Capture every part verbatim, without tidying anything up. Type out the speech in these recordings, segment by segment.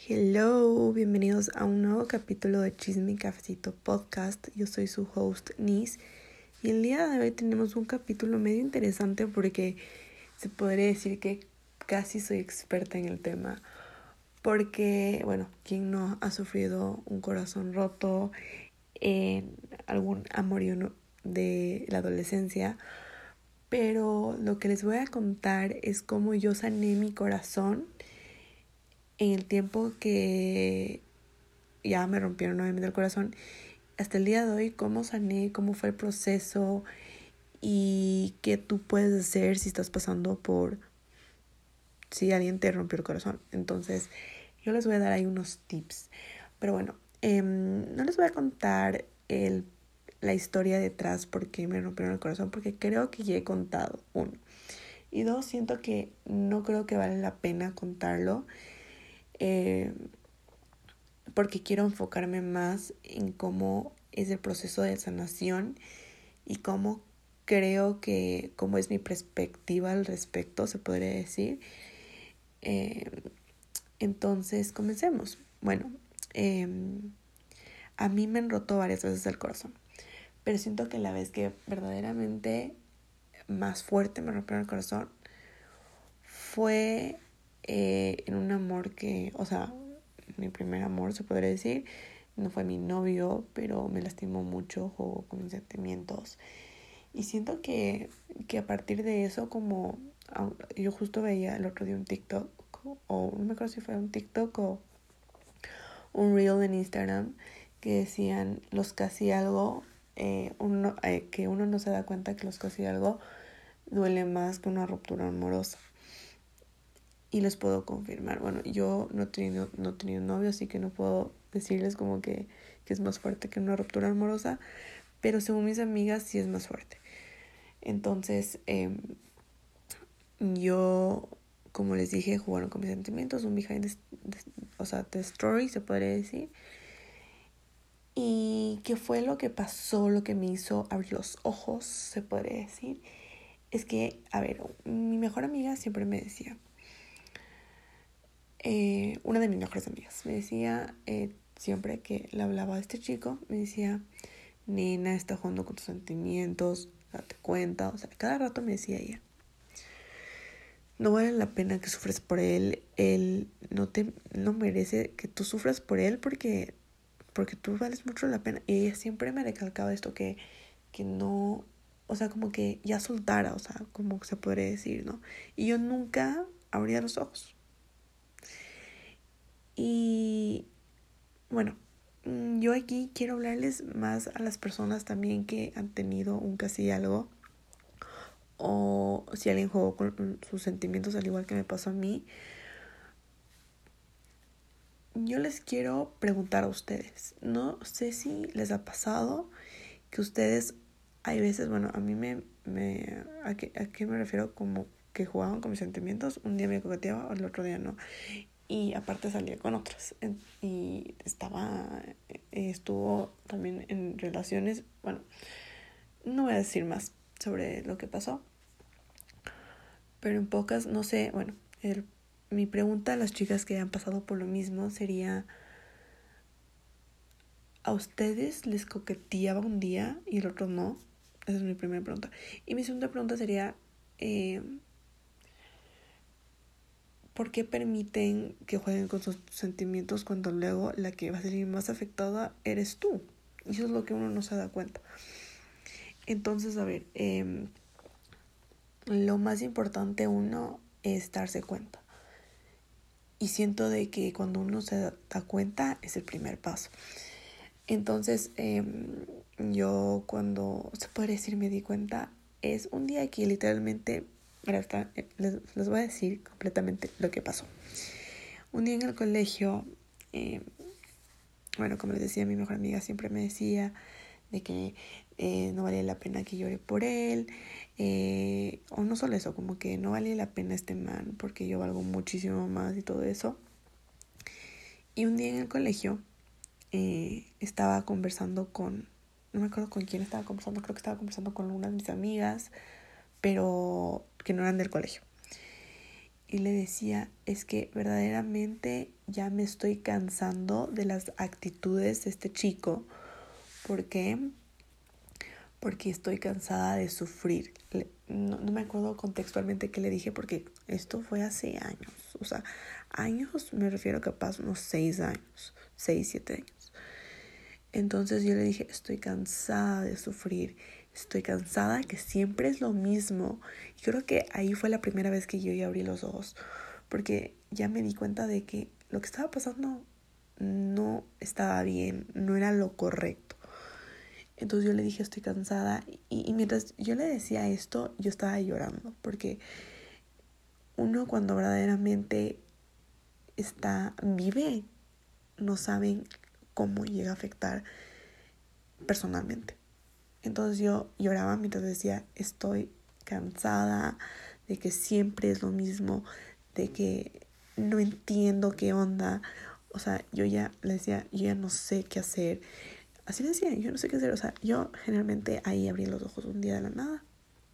Hello, bienvenidos a un nuevo capítulo de Chisme y Cafecito Podcast. Yo soy su host, Nis, y el día de hoy tenemos un capítulo medio interesante porque se podría decir que casi soy experta en el tema. Porque, bueno, ¿quién no ha sufrido un corazón roto en algún amorío de la adolescencia? Pero lo que les voy a contar es cómo yo sané mi corazón en el tiempo que ya me rompieron nuevamente el corazón. Hasta el día de hoy, cómo sané, cómo fue el proceso y qué tú puedes hacer si estás pasando por, si alguien te rompió el corazón. Entonces, yo les voy a dar ahí unos tips. Pero bueno, eh, no les voy a contar el, la historia detrás porque me rompieron el corazón, porque creo que ya he contado, uno. Y dos, siento que no creo que vale la pena contarlo. Eh, porque quiero enfocarme más en cómo es el proceso de sanación y cómo creo que, cómo es mi perspectiva al respecto, se podría decir. Eh, entonces, comencemos. Bueno, eh, a mí me han roto varias veces el corazón, pero siento que la vez que verdaderamente más fuerte me rompieron el corazón fue eh, en un amor que, o sea, mi primer amor, se podría decir. No fue mi novio, pero me lastimó mucho, jugó con mis sentimientos. Y siento que, que a partir de eso, como yo justo veía el otro día un TikTok, o no me acuerdo si fue un TikTok o un reel en Instagram, que decían los casi algo, eh, uno, eh, que uno no se da cuenta que los casi algo duele más que una ruptura amorosa. Y les puedo confirmar. Bueno, yo no he tenido, no he tenido novio, así que no puedo decirles como que, que es más fuerte que una ruptura amorosa. Pero según mis amigas, sí es más fuerte. Entonces, eh, yo, como les dije, jugaron con mis sentimientos. Un behind the, the, o sea, the story, se podría decir. Y qué fue lo que pasó, lo que me hizo abrir los ojos, se podría decir. Es que, a ver, mi mejor amiga siempre me decía... Eh, una de mis mejores amigas me decía, eh, siempre que le hablaba a este chico, me decía, nena, está jugando con tus sentimientos, date cuenta. O sea, cada rato me decía ella, no vale la pena que sufres por él, él no te no merece que tú sufras por él porque, porque tú vales mucho la pena. Y ella siempre me recalcaba esto, que, que no, o sea, como que ya soltara, o sea, como se podría decir, ¿no? Y yo nunca abría los ojos. Y bueno, yo aquí quiero hablarles más a las personas también que han tenido un casi algo, o si alguien jugó con sus sentimientos al igual que me pasó a mí. Yo les quiero preguntar a ustedes, no sé si les ha pasado que ustedes, hay veces, bueno, a mí me, me ¿a qué, a qué me refiero? Como que jugaban con mis sentimientos, un día me coqueteaba, el otro día no. Y aparte salía con otras. Y estaba, estuvo también en relaciones. Bueno, no voy a decir más sobre lo que pasó. Pero en pocas, no sé, bueno, el, mi pregunta a las chicas que han pasado por lo mismo sería, ¿a ustedes les coqueteaba un día y el otro no? Esa es mi primera pregunta. Y mi segunda pregunta sería, eh, ¿por qué permiten que jueguen con sus sentimientos cuando luego la que va a salir más afectada eres tú? Y eso es lo que uno no se da cuenta. Entonces, a ver, eh, lo más importante uno es darse cuenta. Y siento de que cuando uno se da cuenta es el primer paso. Entonces, eh, yo cuando, se puede decir, me di cuenta, es un día que literalmente, les, les voy a decir completamente lo que pasó. Un día en el colegio, eh, bueno, como les decía, mi mejor amiga siempre me decía de que eh, no valía la pena que llore por él, eh, o no solo eso, como que no valía la pena este man porque yo valgo muchísimo más y todo eso. Y un día en el colegio eh, estaba conversando con, no me acuerdo con quién estaba conversando, creo que estaba conversando con una de mis amigas, pero que no eran del colegio. y le decía, es que verdaderamente ya me estoy cansando de las actitudes de este chico. ¿Por qué? Porque estoy cansada de sufrir. No, no me acuerdo contextualmente qué le dije porque esto fue hace años. O sea, años me refiero capaz unos seis años, seis, siete años. Entonces yo le dije, estoy cansada de sufrir, estoy cansada que siempre es lo mismo. Y creo que ahí fue la primera vez que yo ya abrí los ojos, porque ya me di cuenta de que lo que estaba pasando no estaba bien, no era lo correcto. Entonces yo le dije, estoy cansada. Y, y mientras yo le decía esto, yo estaba llorando. Porque uno cuando verdaderamente está, vive, no saben cómo llega a afectar personalmente. Entonces yo lloraba mientras decía, estoy cansada de que siempre es lo mismo, de que no entiendo qué onda. O sea, yo ya le decía, yo ya no sé qué hacer. Así le decía, yo no sé qué hacer. O sea, yo generalmente ahí abrí los ojos un día de la nada.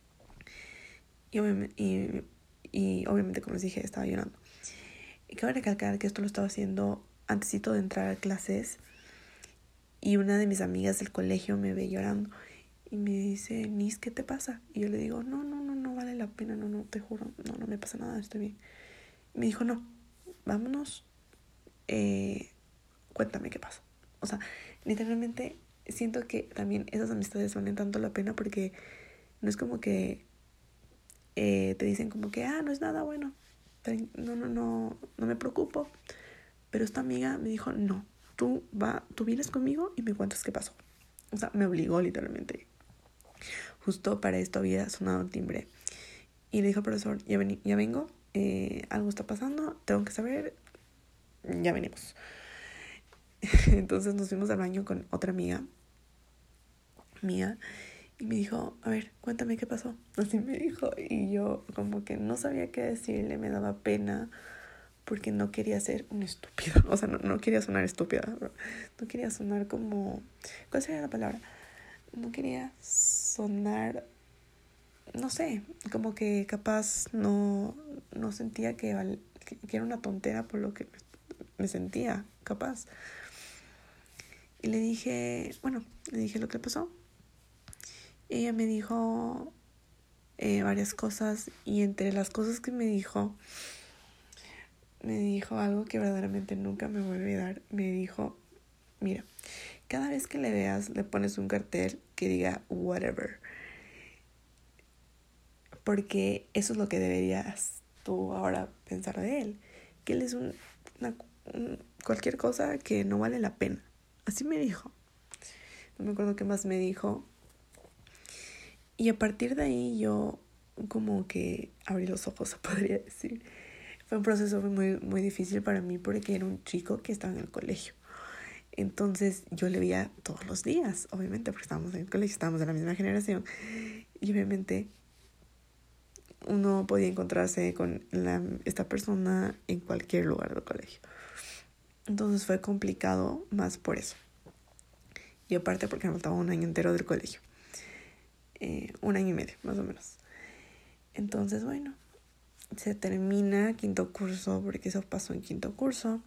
Y obviamente, y, y obviamente como les dije, estaba llorando. Y cabe recalcar que esto lo estaba haciendo antesito de entrar a clases. Y una de mis amigas del colegio me ve llorando. Y me dice, Nis, ¿qué te pasa? Y yo le digo, no, no, no, no vale la pena. No, no, te juro. No, no me pasa nada, estoy bien. Y me dijo, no, vámonos. Eh, cuéntame qué pasa. O sea, literalmente siento que también esas amistades valen tanto la pena porque no es como que eh, te dicen como que, ah, no es nada bueno. No, no, no, no me preocupo. Pero esta amiga me dijo, no, tú, va, tú vienes conmigo y me cuentas qué pasó. O sea, me obligó literalmente. Justo para esto había sonado el timbre. Y le dijo al profesor, ya, ven, ya vengo, eh, algo está pasando, tengo que saber, ya venimos. Entonces nos fuimos al baño con otra amiga mía y me dijo, a ver, cuéntame qué pasó. Así me dijo y yo como que no sabía qué decirle, me daba pena porque no quería ser una estúpida. O sea, no, no quería sonar estúpida, no quería sonar como... ¿Cuál sería la palabra? No quería sonar... No sé, como que capaz no, no sentía que, val, que, que era una tontera por lo que me sentía, capaz. Y le dije, bueno, le dije lo que pasó. Y ella me dijo eh, varias cosas y entre las cosas que me dijo, me dijo algo que verdaderamente nunca me voy a olvidar. Me dijo, mira, cada vez que le veas le pones un cartel que diga whatever. Porque eso es lo que deberías tú ahora pensar de él. Que él es un, una, un cualquier cosa que no vale la pena. Así me dijo. No me acuerdo qué más me dijo. Y a partir de ahí yo como que abrí los ojos, se podría decir. Fue un proceso muy, muy difícil para mí porque era un chico que estaba en el colegio. Entonces yo le veía todos los días, obviamente, porque estábamos en el colegio, estábamos de la misma generación. Y obviamente uno podía encontrarse con la, esta persona en cualquier lugar del colegio. Entonces fue complicado más por eso. Y aparte porque me faltaba un año entero del colegio. Eh, un año y medio, más o menos. Entonces, bueno, se termina quinto curso, porque eso pasó en quinto curso.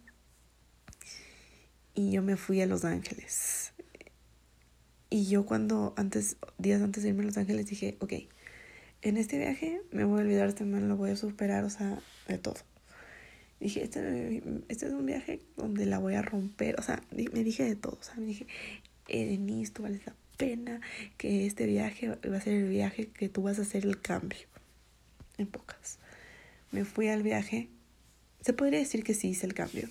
Y yo me fui a Los Ángeles. Y yo cuando, antes, días antes de irme a Los Ángeles, dije, ok, en este viaje me voy a olvidar de este man, lo voy a superar, o sea, de todo. Dije, este, este es un viaje donde la voy a romper, o sea, me dije de todo, o sea, me dije, eh, Denise, tú vales la pena, que este viaje va a ser el viaje que tú vas a hacer el cambio. En pocas. Me fui al viaje, se podría decir que sí hice el cambio.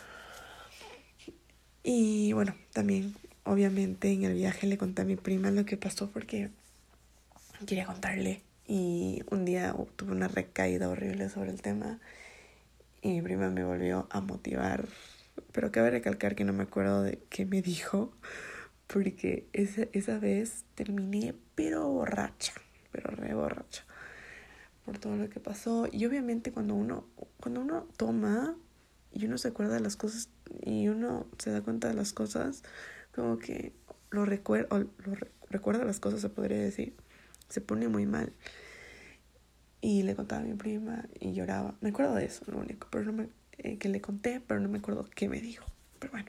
Y bueno, también, obviamente, en el viaje le conté a mi prima lo que pasó porque quería contarle. Y un día tuve una recaída horrible sobre el tema. Y mi prima me volvió a motivar. Pero cabe recalcar que no me acuerdo de qué me dijo. Porque esa, esa vez terminé, pero borracha. Pero re borracha. Por todo lo que pasó. Y obviamente cuando uno, cuando uno toma y uno se acuerda de las cosas y uno se da cuenta de las cosas, como que lo recuerda, o lo re- recuerda las cosas, se podría decir, se pone muy mal. Y le contaba a mi prima y lloraba. Me acuerdo de eso, lo único, pero no me, eh, que le conté, pero no me acuerdo qué me dijo. Pero bueno.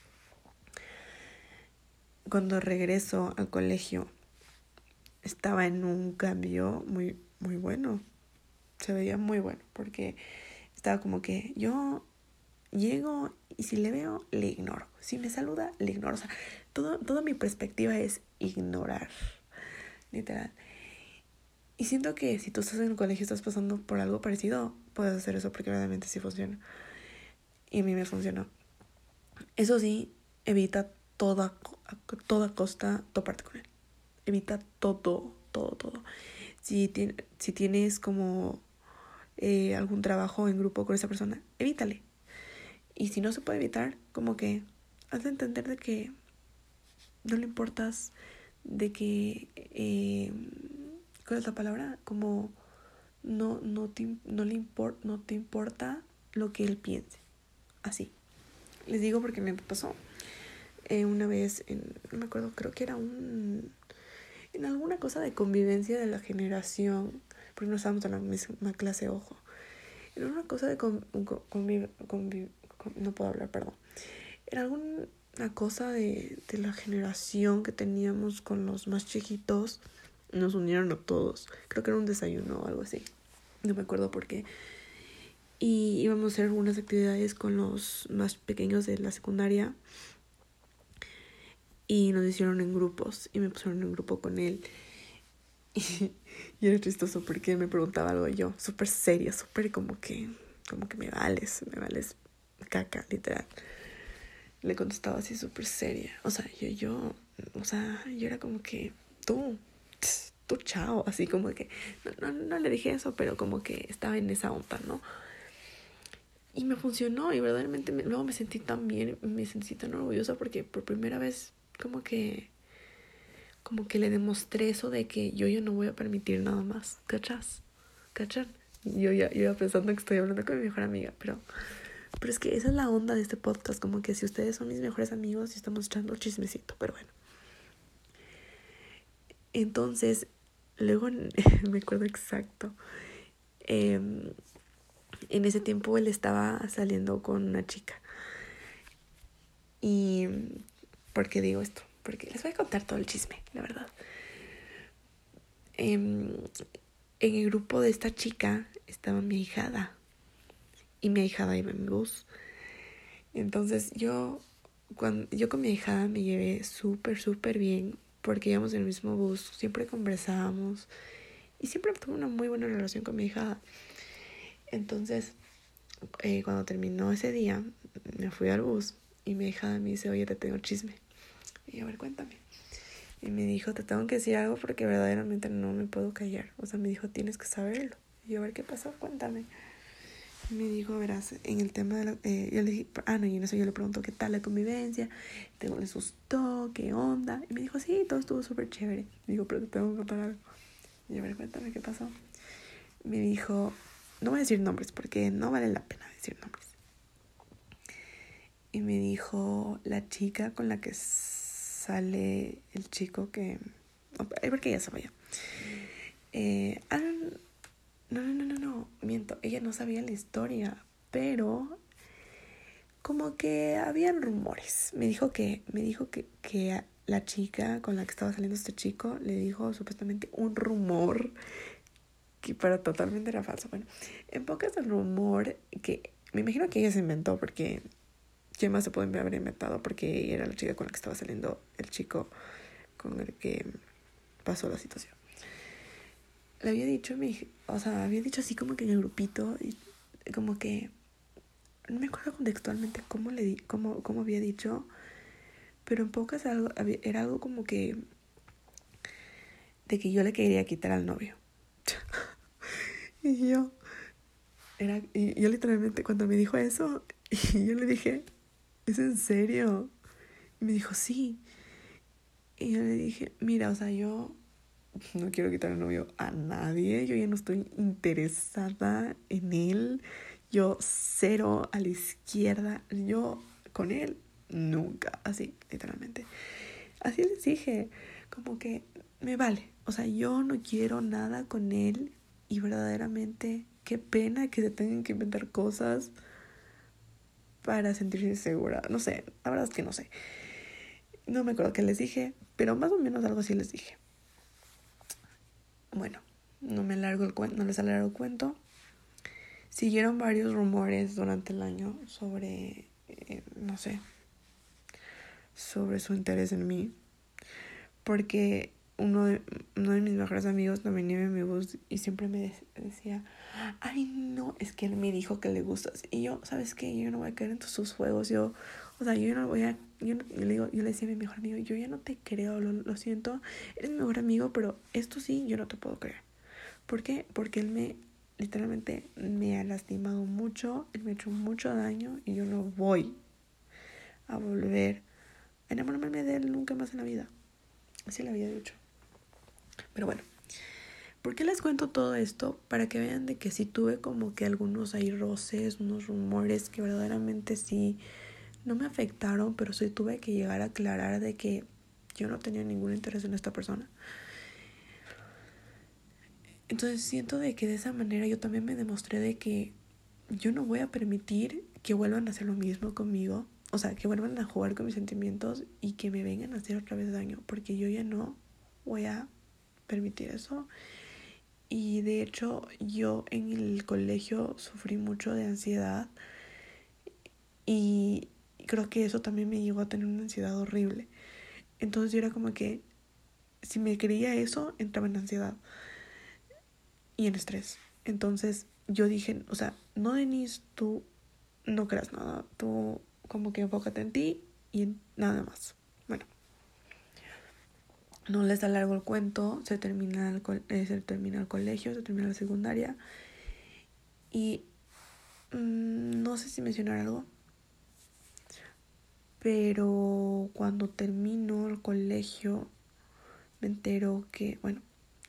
Cuando regreso al colegio, estaba en un cambio muy, muy bueno. Se veía muy bueno, porque estaba como que yo llego y si le veo, le ignoro. Si me saluda, le ignoro. O sea, todo, toda mi perspectiva es ignorar, literal. Y siento que si tú estás en el colegio y estás pasando por algo parecido, puedes hacer eso porque realmente sí funciona. Y a mí me funcionó. Eso sí, evita toda, a toda costa toparte con él. Evita todo, todo, todo. Si, tiene, si tienes como eh, algún trabajo en grupo con esa persona, evítale. Y si no se puede evitar, como que hazle entender de que no le importas, de que... Eh, ¿cuál es la palabra? Como no, no, te, no, le import, no te importa lo que él piense. Así. Les digo porque me pasó. Eh, una vez, en, no me acuerdo, creo que era un... En alguna cosa de convivencia de la generación, porque no estábamos en la misma clase, ojo. Era una cosa de convivencia, conviv, conviv, con, no puedo hablar, perdón. Era alguna cosa de, de la generación que teníamos con los más chiquitos. Nos unieron a todos. Creo que era un desayuno o algo así. No me acuerdo por qué. Y íbamos a hacer algunas actividades con los más pequeños de la secundaria. Y nos hicieron en grupos. Y me pusieron en grupo con él. Y, y era chistoso porque me preguntaba algo yo. Súper seria, súper como que... Como que me vales, me vales caca, literal. Le contestaba así súper seria. O sea, yo, yo... O sea, yo era como que... Tú... tú chao, así como que no, no, no le dije eso, pero como que estaba en esa onda, ¿no? Y me funcionó y verdaderamente me, luego me sentí tan bien, me sentí tan orgullosa porque por primera vez como que como que le demostré eso de que yo ya no voy a permitir nada más, ¿cachas? ¿Cachan? Yo ya yo iba pensando que estoy hablando con mi mejor amiga, pero pero es que esa es la onda de este podcast, como que si ustedes son mis mejores amigos y estamos echando chismecito, pero bueno. Entonces, luego me acuerdo exacto. Eh, en ese tiempo él estaba saliendo con una chica. Y... ¿por qué digo esto? Porque les voy a contar todo el chisme, la verdad. Eh, en el grupo de esta chica estaba mi ahijada. Y mi ahijada iba en mi bus. Entonces yo, cuando, yo con mi ahijada me llevé súper, súper bien. Porque íbamos en el mismo bus. Siempre conversábamos. Y siempre tuve una muy buena relación con mi ahijada. Entonces... Eh, cuando terminó ese día, me fui al bus y mi hija me dice, oye, te tengo chisme. Y yo, a ver, cuéntame. Y me dijo, te tengo que decir algo porque verdaderamente no me puedo callar. O sea, me dijo, tienes que saberlo. Y yo, a ver, ¿qué pasó? Cuéntame. Y me dijo, verás, en el tema de la... Eh, yo le dije, ah, no, y en eso yo le pregunto, ¿qué tal la convivencia? ¿Te le asustó? ¿Qué onda? Y me dijo, sí, todo estuvo súper chévere. Y digo, pero te tengo que contar algo. Y yo, a ver, cuéntame, ¿qué pasó? Me dijo... No voy a decir nombres porque no vale la pena decir nombres. Y me dijo la chica con la que sale el chico que... Es porque ella se vaya. Eh, ah, no, no, no, no, no, miento. Ella no sabía la historia, pero como que habían rumores. Me dijo que, me dijo que, que la chica con la que estaba saliendo este chico le dijo supuestamente un rumor que para totalmente era falso. Bueno, en pocas el rumor que me imagino que ella se inventó porque ¿quién más se puede haber inventado? Porque era la chica con la que estaba saliendo el chico con el que pasó la situación. Le había dicho, o sea, había dicho así como que en el grupito, y como que no me acuerdo contextualmente cómo le di, cómo, cómo había dicho, pero en pocas algo, era algo como que de que yo le quería quitar al novio. Y yo, era, y yo literalmente cuando me dijo eso, y yo le dije, ¿es en serio? Y me dijo, sí. Y yo le dije, mira, o sea, yo no quiero quitar el novio a nadie, yo ya no estoy interesada en él, yo cero a la izquierda, yo con él nunca, así, literalmente. Así les dije, como que me vale, o sea, yo no quiero nada con él. Y verdaderamente, qué pena que se tengan que inventar cosas para sentirse segura. No sé, la verdad es que no sé. No me acuerdo qué les dije, pero más o menos algo así les dije. Bueno, no me alargo el cuento, no les alargo el cuento. Siguieron varios rumores durante el año sobre, eh, no sé, sobre su interés en mí. Porque uno de, uno de mis mejores amigos también iba en mi bus y siempre me decía, ay no, es que él me dijo que le gustas. Y yo, ¿sabes qué? Yo no voy a caer en sus juegos. Yo, o sea, yo no voy a, yo, no, yo, le, digo, yo le decía a mi mejor amigo, yo ya no te creo, lo, lo siento, eres mi mejor amigo, pero esto sí, yo no te puedo creer. ¿Por qué? Porque él me, literalmente, me ha lastimado mucho, él me ha hecho mucho daño y yo no voy a volver a enamorarme de él nunca más en la vida. Así le había dicho. Pero bueno, ¿por qué les cuento todo esto? Para que vean de que sí tuve como que algunos ahí roces, unos rumores que verdaderamente sí no me afectaron, pero sí tuve que llegar a aclarar de que yo no tenía ningún interés en esta persona. Entonces siento de que de esa manera yo también me demostré de que yo no voy a permitir que vuelvan a hacer lo mismo conmigo. O sea, que vuelvan a jugar con mis sentimientos y que me vengan a hacer otra vez daño. Porque yo ya no voy a permitir eso. Y de hecho yo en el colegio sufrí mucho de ansiedad. Y creo que eso también me llevó a tener una ansiedad horrible. Entonces yo era como que si me creía eso, entraba en ansiedad y en estrés. Entonces yo dije, o sea, no, Denise, tú no creas nada. Tú como que enfócate en ti y en nada más. Bueno, no les alargo el cuento. Se termina el, eh, se termina el colegio, se termina la secundaria. Y mmm, no sé si mencionar algo. Pero cuando termino el colegio me entero que, bueno,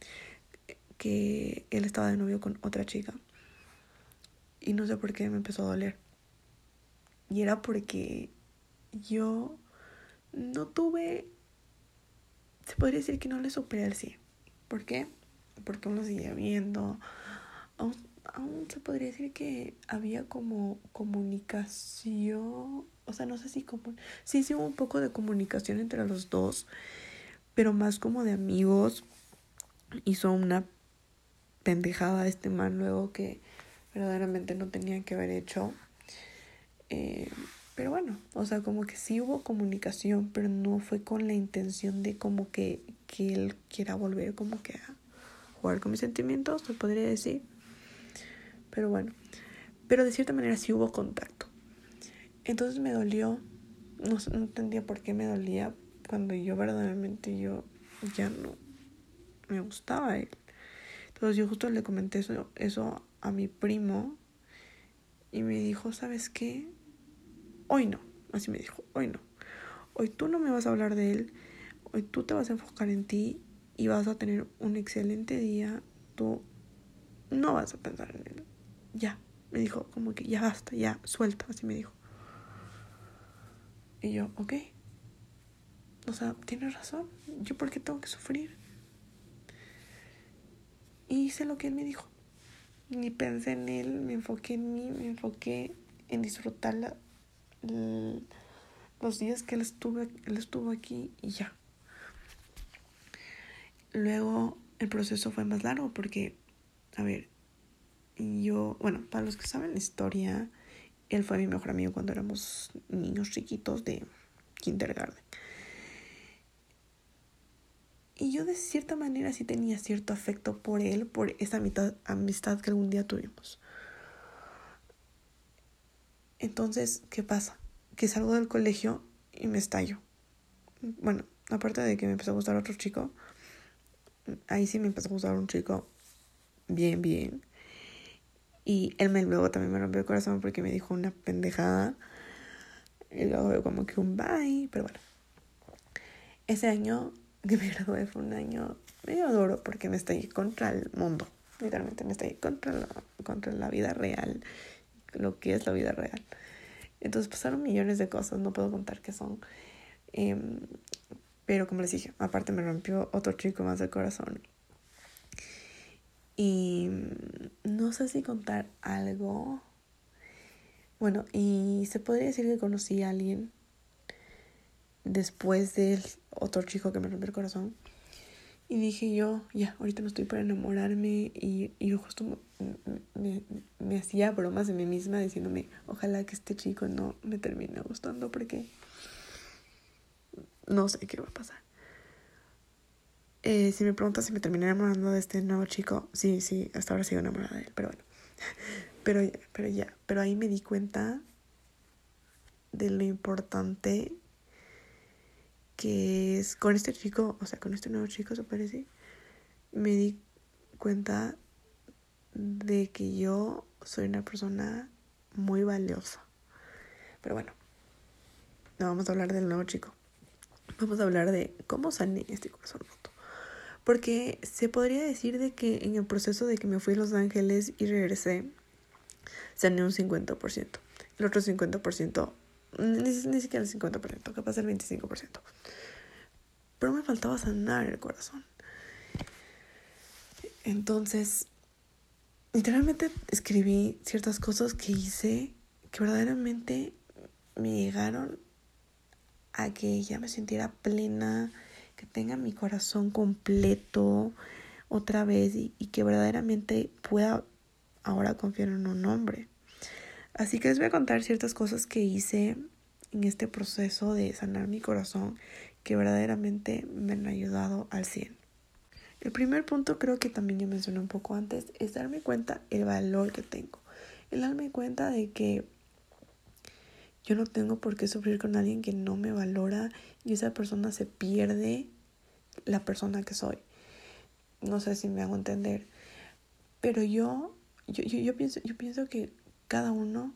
que él estaba de novio con otra chica. Y no sé por qué me empezó a doler. Y era porque yo no tuve, se podría decir que no le superé al cien. ¿Por qué? Porque aún lo seguía viendo. Aún, aún se podría decir que había como comunicación. O sea, no sé si como... Sí, sí hubo un poco de comunicación entre los dos. Pero más como de amigos. Hizo una pendejada este man luego que verdaderamente no tenía que haber hecho. Eh, pero bueno, o sea, como que sí hubo comunicación, pero no fue con la intención de como que, que él quiera volver como que a jugar con mis sentimientos, se podría decir. Pero bueno, pero de cierta manera sí hubo contacto. Entonces me dolió, no, no entendía por qué me dolía cuando yo verdaderamente yo ya no me gustaba a él. Entonces yo justo le comenté eso, eso a mi primo y me dijo, ¿sabes qué? Hoy no, así me dijo, hoy no. Hoy tú no me vas a hablar de él, hoy tú te vas a enfocar en ti y vas a tener un excelente día. Tú no vas a pensar en él. Ya, me dijo, como que ya basta, ya, suelta, así me dijo. Y yo, ok. O sea, tienes razón. ¿Yo por qué tengo que sufrir? Y hice lo que él me dijo. Ni pensé en él, me enfoqué en mí, me enfoqué en disfrutar la, la, los días que él estuvo, él estuvo aquí y ya. Luego el proceso fue más largo porque, a ver, yo, bueno, para los que saben la historia, él fue mi mejor amigo cuando éramos niños chiquitos de kindergarten. Y yo de cierta manera sí tenía cierto afecto por él, por esa amistad, amistad que algún día tuvimos. Entonces, ¿qué pasa? Que salgo del colegio y me estallo. Bueno, aparte de que me empezó a gustar otro chico, ahí sí me empezó a gustar un chico bien, bien. Y él me, luego también me rompió el corazón porque me dijo una pendejada. Y luego como que un bye. Pero bueno, ese año que me gradué fue un año medio duro porque me estallé contra el mundo. Literalmente me estallé contra la, contra la vida real. Lo que es la vida real. Entonces pasaron millones de cosas. No puedo contar qué son. Eh, pero como les dije, aparte me rompió otro chico más el corazón. Y no sé si contar algo. Bueno, y se podría decir que conocí a alguien después del otro chico que me rompió el corazón. Y dije yo, ya, ahorita no estoy para enamorarme. Y, y yo justo me, me, me hacía bromas de mí misma diciéndome, ojalá que este chico no me termine gustando porque no sé qué va a pasar. Eh, si me preguntas si me terminé enamorando de este nuevo chico, sí, sí, hasta ahora sigo enamorada de él, pero bueno. Pero, pero ya, pero ahí me di cuenta de lo importante que es con este chico, o sea, con este nuevo chico, se parece, me di cuenta de que yo soy una persona muy valiosa. Pero bueno, no vamos a hablar del nuevo chico. Vamos a hablar de cómo sané este corazón roto. Porque se podría decir de que en el proceso de que me fui a Los Ángeles y regresé, sané un cincuenta por ciento. El otro cincuenta por ciento, ni, ni siquiera el cincuenta por ciento, capaz el veinticinco por ciento. Pero me faltaba sanar el corazón. Entonces, literalmente escribí ciertas cosas que hice que verdaderamente me llegaron a que ya me sintiera plena, que tenga mi corazón completo otra vez y, y que verdaderamente pueda ahora confiar en un hombre. Así que les voy a contar ciertas cosas que hice en este proceso de sanar mi corazón que verdaderamente me han ayudado al cien. El primer punto, creo que también ya mencioné un poco antes, es darme cuenta el valor que tengo. El darme cuenta de que yo no tengo por qué sufrir con alguien que no me valora y esa persona se pierde la persona que soy. No sé si me hago entender. Pero yo, yo, yo, yo, pienso, yo pienso que cada uno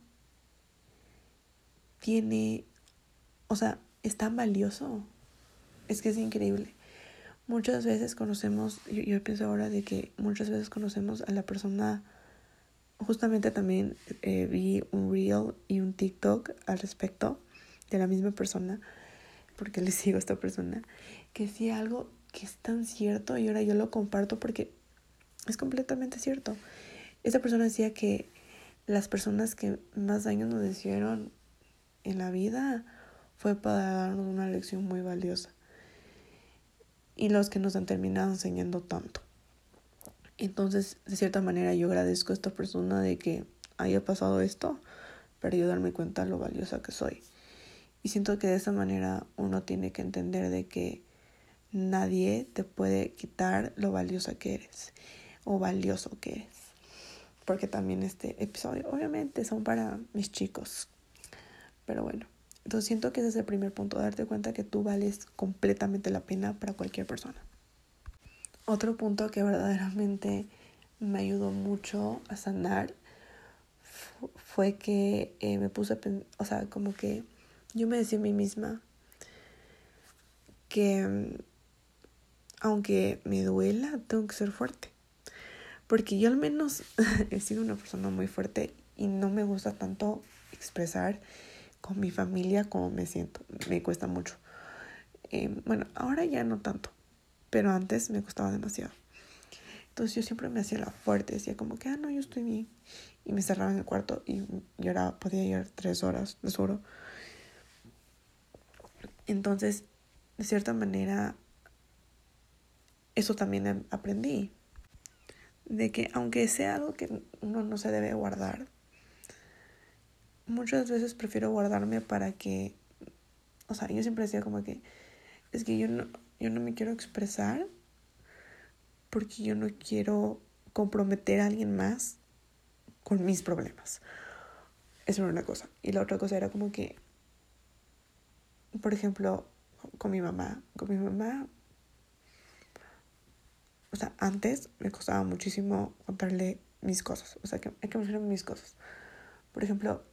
tiene, o sea, es tan valioso. Es que es increíble. Muchas veces conocemos, yo, yo pienso ahora de que muchas veces conocemos a la persona. Justamente también eh, vi un reel y un TikTok al respecto de la misma persona, porque le sigo a esta persona, que decía algo que es tan cierto y ahora yo lo comparto porque es completamente cierto. Esa persona decía que las personas que más daño nos hicieron en la vida fue para darnos una lección muy valiosa y los que nos han terminado enseñando tanto. Entonces, de cierta manera, yo agradezco a esta persona de que haya pasado esto para yo darme cuenta de lo valiosa que soy. Y siento que de esa manera uno tiene que entender de que nadie te puede quitar lo valiosa que eres o valioso que eres. Porque también este episodio, obviamente, son para mis chicos. Pero bueno, entonces siento que ese es el primer punto, darte cuenta que tú vales completamente la pena para cualquier persona. Otro punto que verdaderamente me ayudó mucho a sanar fue que eh, me puse a pensar, o sea, como que yo me decía a mí misma que um, aunque me duela, tengo que ser fuerte. Porque yo al menos he sido una persona muy fuerte y no me gusta tanto expresar con mi familia como me siento. Me cuesta mucho. Eh, bueno, ahora ya no tanto, pero antes me costaba demasiado. Entonces yo siempre me hacía la fuerte, decía como que, ah, no, yo estoy bien. Y me cerraba en el cuarto y lloraba, podía llorar tres horas, de seguro. Entonces, de cierta manera, eso también aprendí. De que aunque sea algo que uno no se debe guardar, muchas veces prefiero guardarme para que, o sea, yo siempre decía como que, es que yo no, yo no me quiero expresar porque yo no quiero comprometer a alguien más con mis problemas. Eso era una cosa. Y la otra cosa era como que, por ejemplo, con mi mamá. Con mi mamá, o sea, antes me costaba muchísimo contarle mis cosas. O sea, que hay que mencionar mis cosas. Por ejemplo,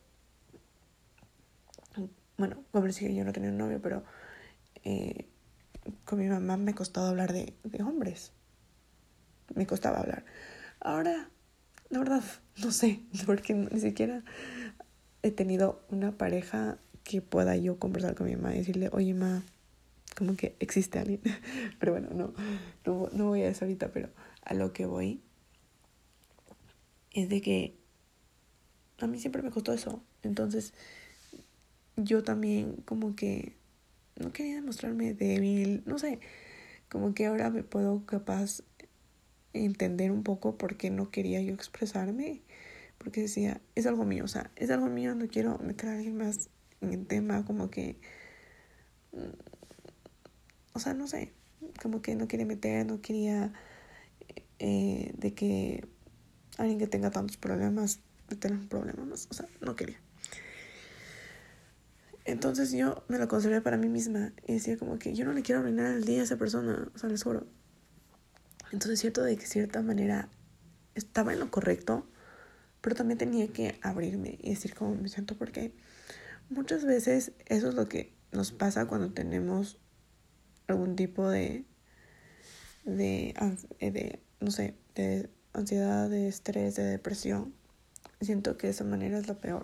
bueno, como les dije, yo no tenía un novio, pero eh, con mi mamá me costaba hablar de, de hombres. Me costaba hablar. Ahora, la verdad, no sé, porque ni siquiera he tenido una pareja que pueda yo conversar con mi mamá y decirle, oye, ma, como que existe alguien. Pero bueno, no, no, no voy a eso ahorita, pero a lo que voy es de que a mí siempre me costó eso. Entonces yo también como que no quería demostrarme débil, no sé, como que ahora me puedo capaz entender un poco por qué no quería yo expresarme, porque decía, es algo mío, o sea, es algo mío, no quiero meter a alguien más en el tema, como que, o sea, no sé, como que no quería meter, no quería eh, de que alguien que tenga tantos problemas, tener un problema más, o sea, no quería. Entonces yo me lo conservé para mí misma y decía como que yo no le quiero arruinar el día a esa persona, o sea, les juro. Entonces es cierto de que de cierta manera estaba en lo correcto, pero también tenía que abrirme y decir cómo me siento, porque muchas veces eso es lo que nos pasa cuando tenemos algún tipo de, de, de no sé, de ansiedad, de estrés, de depresión. Siento que de esa manera es la peor.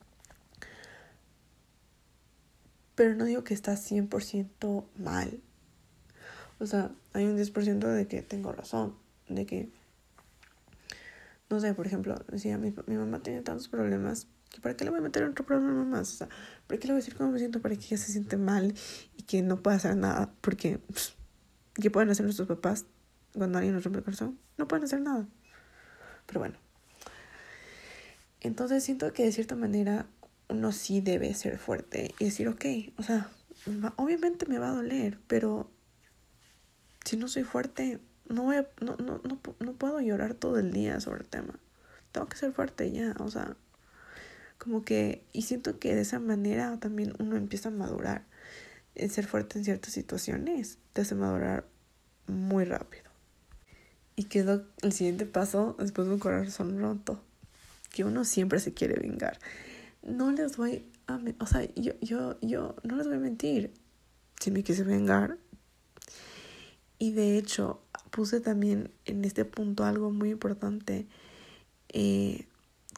Pero no digo que está cien por ciento mal. O sea, hay un diez por ciento de que tengo razón, de que, no sé, por ejemplo, decía, mi, mi mamá tiene tantos problemas, que ¿para qué le voy a meter otro problema más? O sea, ¿para qué le voy a decir cómo me siento para que ella se siente mal y que no pueda hacer nada? Porque, pff, ¿qué pueden hacer nuestros papás cuando alguien nos rompe el corazón? No pueden hacer nada. Pero bueno. Entonces siento que de cierta manera uno sí debe ser fuerte y decir, ok, o sea, obviamente me va a doler, pero si no soy fuerte, no voy a, no, no, no, no puedo llorar todo el día sobre el tema. Tengo que ser fuerte ya, o sea, como que, y siento que de esa manera también uno empieza a madurar. El ser fuerte en ciertas situaciones te hace madurar muy rápido. Y quedó el siguiente paso después de un corazón roto, que uno siempre se quiere vengar. No les voy a, o sea, yo, yo, yo no les voy a mentir. Sí me quise vengar. Y de hecho, puse también en este punto algo muy importante. Eh,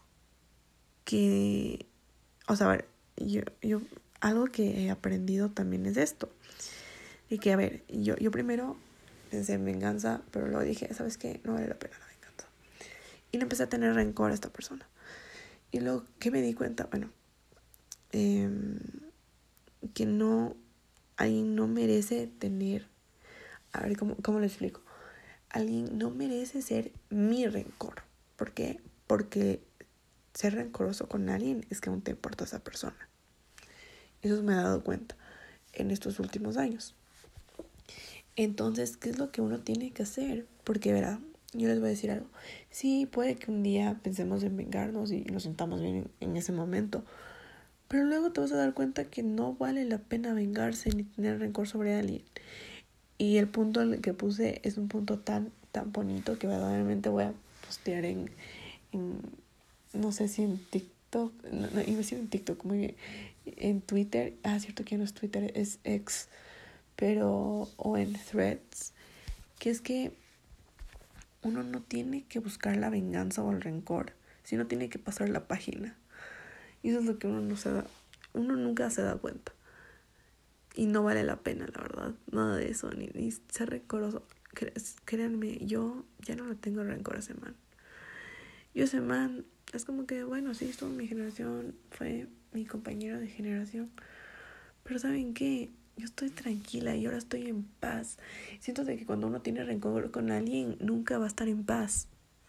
que, o sea, a ver, yo, yo, algo que he aprendido también es esto. Y que, a ver, yo, yo primero pensé en venganza, pero luego dije, ¿sabes qué? No vale la pena la venganza. Y le empecé a tener rencor a esta persona. Y luego, ¿qué me di cuenta? Bueno, eh, que no, alguien no merece tener, a ver, ¿cómo, cómo lo explico? Alguien no merece ser mi rencor. ¿Por qué? Porque ser rencoroso con alguien es que aún te importa esa persona. Eso me he dado cuenta en estos últimos años. Entonces, ¿qué es lo que uno tiene que hacer? Porque, verá, yo les voy a decir algo. Sí, puede que un día pensemos en vengarnos y nos sintamos bien en, en ese momento. Pero luego te vas a dar cuenta que no vale la pena vengarse ni tener rencor sobre alguien. Y el punto que puse es un punto tan, tan bonito que verdaderamente voy a postear en, en no sé si en TikTok, no, no, iba a decir en TikTok, muy bien, en Twitter, ah, cierto que no es Twitter, es X, pero, o en Threads, que es que uno no tiene que buscar la venganza o el rencor, sino tiene que pasar la página. Y eso es lo que uno no se da, uno nunca se da cuenta. Y no vale la pena, la verdad, nada de eso, ni, ni ser rencoroso. Créanme, yo ya no le tengo rencor a ese man. Yo ese man, es como que, bueno, sí, estuvo en mi generación, fue mi compañero de generación. Pero ¿saben qué? Yo estoy tranquila y ahora estoy en paz. Siento de que cuando uno tiene rencor con alguien, nunca va a estar en paz.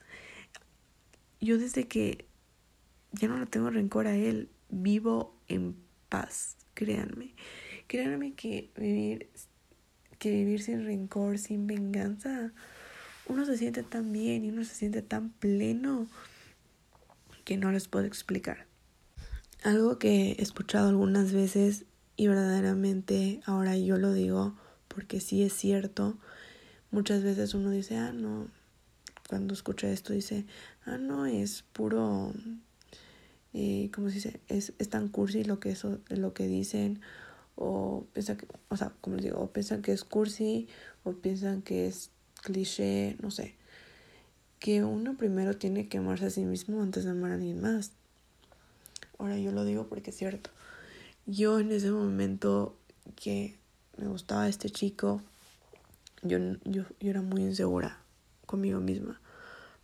Yo desde que ya no le tengo rencor a él, vivo en paz, créanme. Créanme que vivir, que vivir sin rencor, sin venganza, uno se siente tan bien y uno se siente tan pleno que no les puedo explicar. Algo que he escuchado algunas veces y verdaderamente ahora yo lo digo porque sí es cierto. Muchas veces uno dice, ah, no, cuando escucha esto dice, ah, no, es puro, eh, ¿cómo se dice? Es, es tan cursi lo que, eso, lo que dicen, o piensan que, o sea, como les digo, o piensan que es cursi, o piensan que es cliché, no sé. Que uno primero tiene que amarse a sí mismo antes de amar a alguien más. Ahora yo lo digo porque es cierto. Yo en ese momento que me gustaba este chico, yo, yo, yo era muy insegura conmigo misma.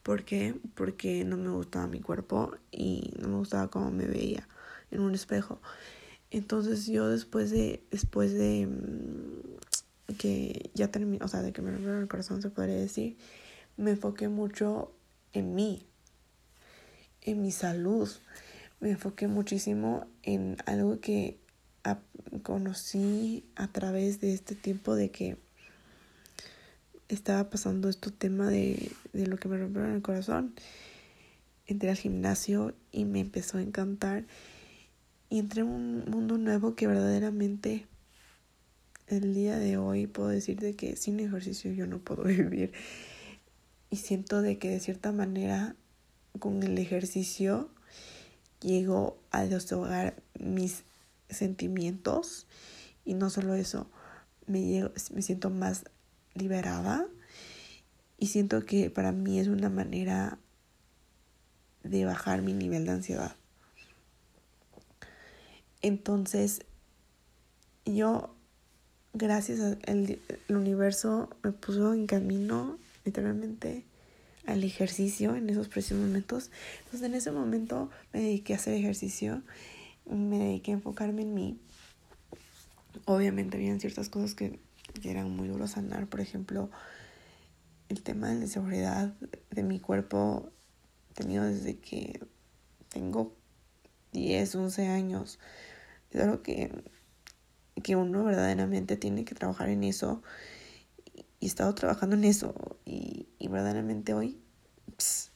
¿Por qué? Porque no me gustaba mi cuerpo y no me gustaba cómo me veía en un espejo. Entonces yo después de, después de mmm, que ya terminé, o sea, de que me rompieron el corazón, se podría decir, me enfoqué mucho en mí, en mi salud. Me enfoqué muchísimo en algo que a, conocí a través de este tiempo de que estaba pasando este tema de, de lo que me rompieron el corazón. Entré al gimnasio y me empezó a encantar. Y entré en un mundo nuevo que verdaderamente el día de hoy puedo decir de que sin ejercicio yo no puedo vivir. Y siento de que de cierta manera con el ejercicio llego a desahogar mis sentimientos. Y no solo eso, me, llego, me siento más liberada. Y siento que para mí es una manera de bajar mi nivel de ansiedad. Entonces, yo, gracias al universo, me puso en camino, literalmente, al ejercicio en esos precisos momentos. Entonces, en ese momento me dediqué a hacer ejercicio, me dediqué a enfocarme en mí. Obviamente, habían ciertas cosas que, que eran muy duros sanar. Por ejemplo, el tema de la inseguridad de mi cuerpo, tenido desde que tengo diez, once años. Es algo que, que uno verdaderamente tiene que trabajar en eso. Y he estado trabajando en eso. Y, y verdaderamente hoy, pss,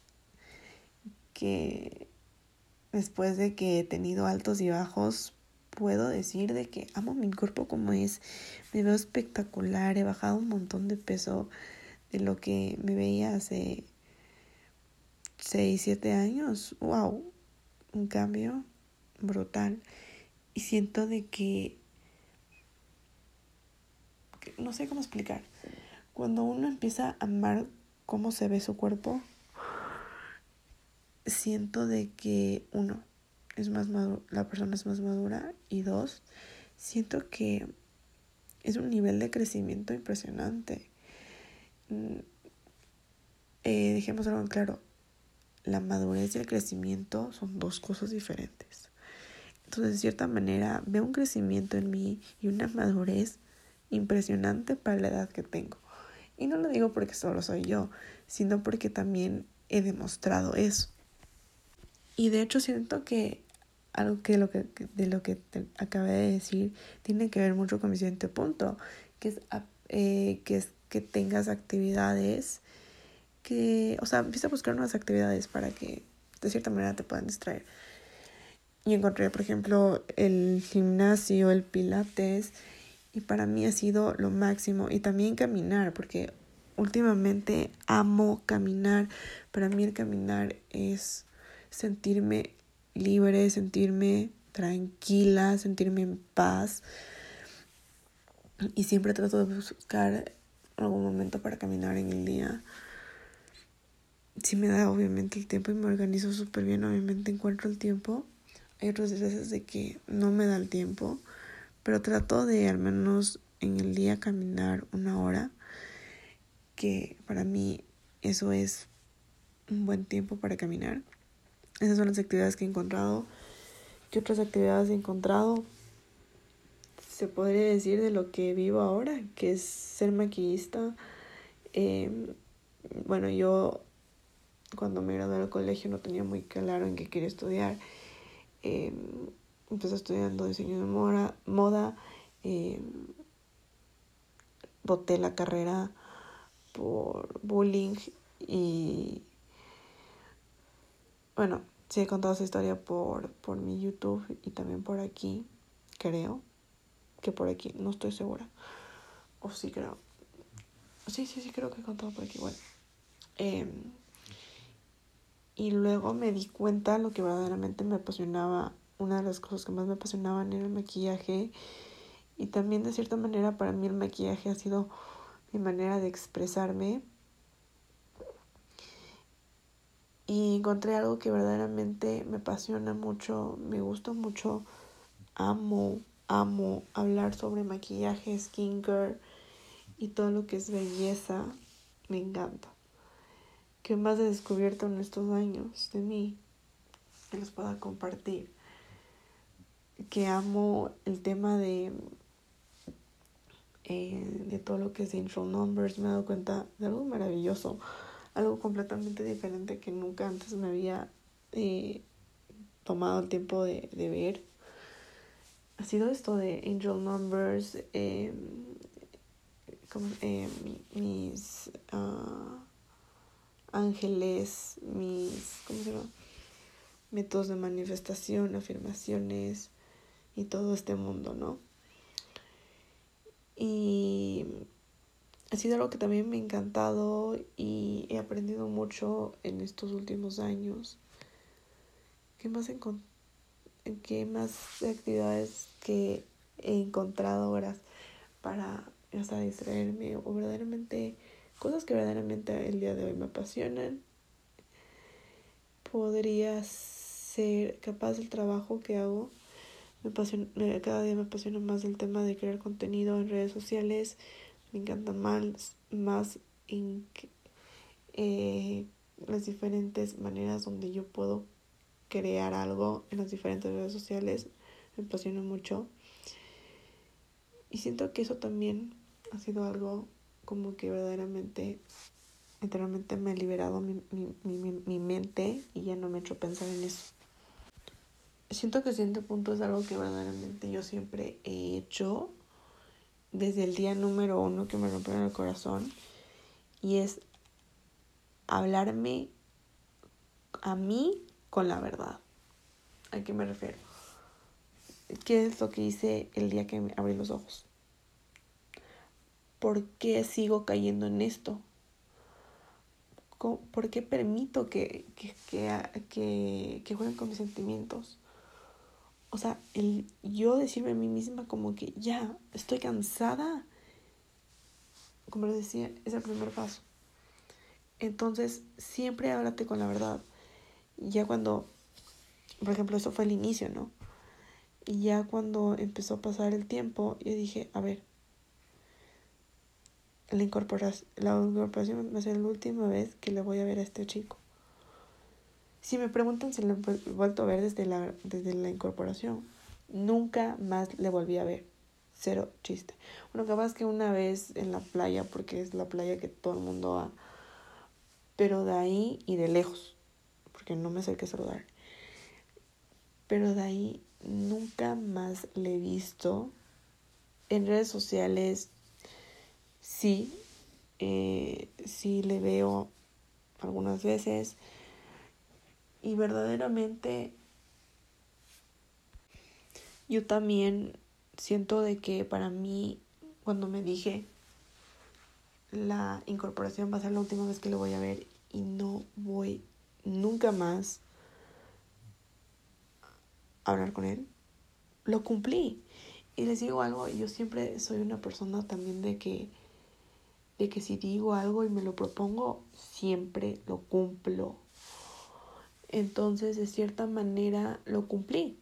que después de que he tenido altos y bajos, puedo decir de que amo mi cuerpo como es. Me veo espectacular. He bajado un montón de peso de lo que me veía hace seis, siete años. ¡Wow! Un cambio brutal. Y siento de que, que no sé cómo explicar. Cuando uno empieza a amar cómo se ve su cuerpo, siento de que uno es más maduro, la persona es más madura, y dos, siento que es un nivel de crecimiento impresionante. Eh, dejemos algo en claro, la madurez y el crecimiento son dos cosas diferentes. Entonces, de cierta manera, veo un crecimiento en mí y una madurez impresionante para la edad que tengo. Y no lo digo porque solo soy yo, sino porque también he demostrado eso. Y de hecho siento que algo que, lo que de lo que te acabé de decir tiene que ver mucho con mi siguiente punto, que es, eh, que, es que tengas actividades que, o sea, empieza a buscar nuevas actividades para que de cierta manera te puedan distraer. Y encontré, por ejemplo, el gimnasio, el pilates, y para mí ha sido lo máximo. Y también caminar, porque últimamente amo caminar. Para mí el caminar es sentirme libre, sentirme tranquila, sentirme en paz. Y siempre trato de buscar algún momento para caminar en el día. Si me da obviamente el tiempo y me organizo súper bien, obviamente encuentro el tiempo. Hay otras veces de que no me da el tiempo, pero trato de al menos en el día caminar una hora, que para mí eso es un buen tiempo para caminar. Esas son las actividades que he encontrado. ¿Qué otras actividades he encontrado? Se podría decir de lo que vivo ahora, que es ser maquillista. Eh, bueno, yo cuando me gradué del colegio no tenía muy claro en qué quería estudiar. Eh, empecé estudiando diseño de moda, moda eh, boté la carrera por bullying y bueno, sí he contado esa historia por, por mi YouTube y también por aquí, creo que por aquí, no estoy segura, o sí creo, sí, sí, sí creo que he contado por aquí, bueno, eh, y luego me di cuenta lo que verdaderamente me apasionaba. Una de las cosas que más me apasionaban era el maquillaje, y también de cierta manera para mí el maquillaje ha sido mi manera de expresarme. Y encontré algo que verdaderamente me apasiona mucho, me gusta mucho, amo, amo hablar sobre maquillaje, skincare y todo lo que es belleza, me encanta. que más he descubierto en estos años de mí, que les pueda compartir. Que amo el tema de, eh, de todo lo que es Angel Numbers. Me he dado cuenta de algo maravilloso, algo completamente diferente que nunca antes me había eh, tomado el tiempo de, de ver. Ha sido esto de Angel Numbers, eh, como, eh, mis uh, ángeles, mis, ¿cómo se llama? Métodos de manifestación, afirmaciones y todo este mundo, ¿no? Y ha sido algo que también me ha encantado y he aprendido mucho en estos últimos años. ¿Qué más encont- qué más actividades que he encontrado horas para, o sea, distraerme o verdaderamente cosas que verdaderamente el día de hoy me apasionan? Podría ser capaz del trabajo que hago. Me apasiona, cada día me apasiona más el tema de crear contenido en redes sociales. Me encantan más, más en eh, las diferentes maneras donde yo puedo crear algo en las diferentes redes sociales. Me apasiona mucho. Y siento que eso también ha sido algo como que verdaderamente, literalmente me ha liberado mi, mi, mi, mi mente y ya no me he hecho pensar en eso. Siento que siguiente punto es algo que verdaderamente yo siempre he hecho desde el día número uno que me rompieron el corazón, y es hablarme a mí con la verdad. ¿A qué me refiero? ¿Qué es lo que hice el día que me abrí los ojos? ¿Por qué sigo cayendo en esto? ¿Por qué permito que, que, que, que, que jueguen con mis sentimientos? O sea, el yo decirme a mí misma como que ya, estoy cansada, como les decía, es el primer paso. Entonces, siempre háblate con la verdad. Ya cuando, por ejemplo, eso fue el inicio, ¿no? Y ya cuando empezó a pasar el tiempo, yo dije, a ver, la incorporación, la incorporación va a ser la última vez que le voy a ver a este chico. Si me preguntan si lo he vuelto a ver desde la, desde la incorporación, nunca más le volví a ver. Cero chiste. Bueno, capaz que una vez en la playa, porque es la playa que todo el mundo va, pero de ahí y de lejos, porque no me acerqué a saludar. Pero de ahí nunca más le he visto. En redes sociales sí, eh, sí le veo algunas veces. Y verdaderamente yo también siento de que para mí, cuando me dije la incorporación va a ser la última vez que lo voy a ver y no voy nunca más a hablar con él, lo cumplí. Y les digo algo, yo siempre soy una persona también de que de que si digo algo y me lo propongo, siempre lo cumplo. Entonces, de cierta manera, lo cumplí.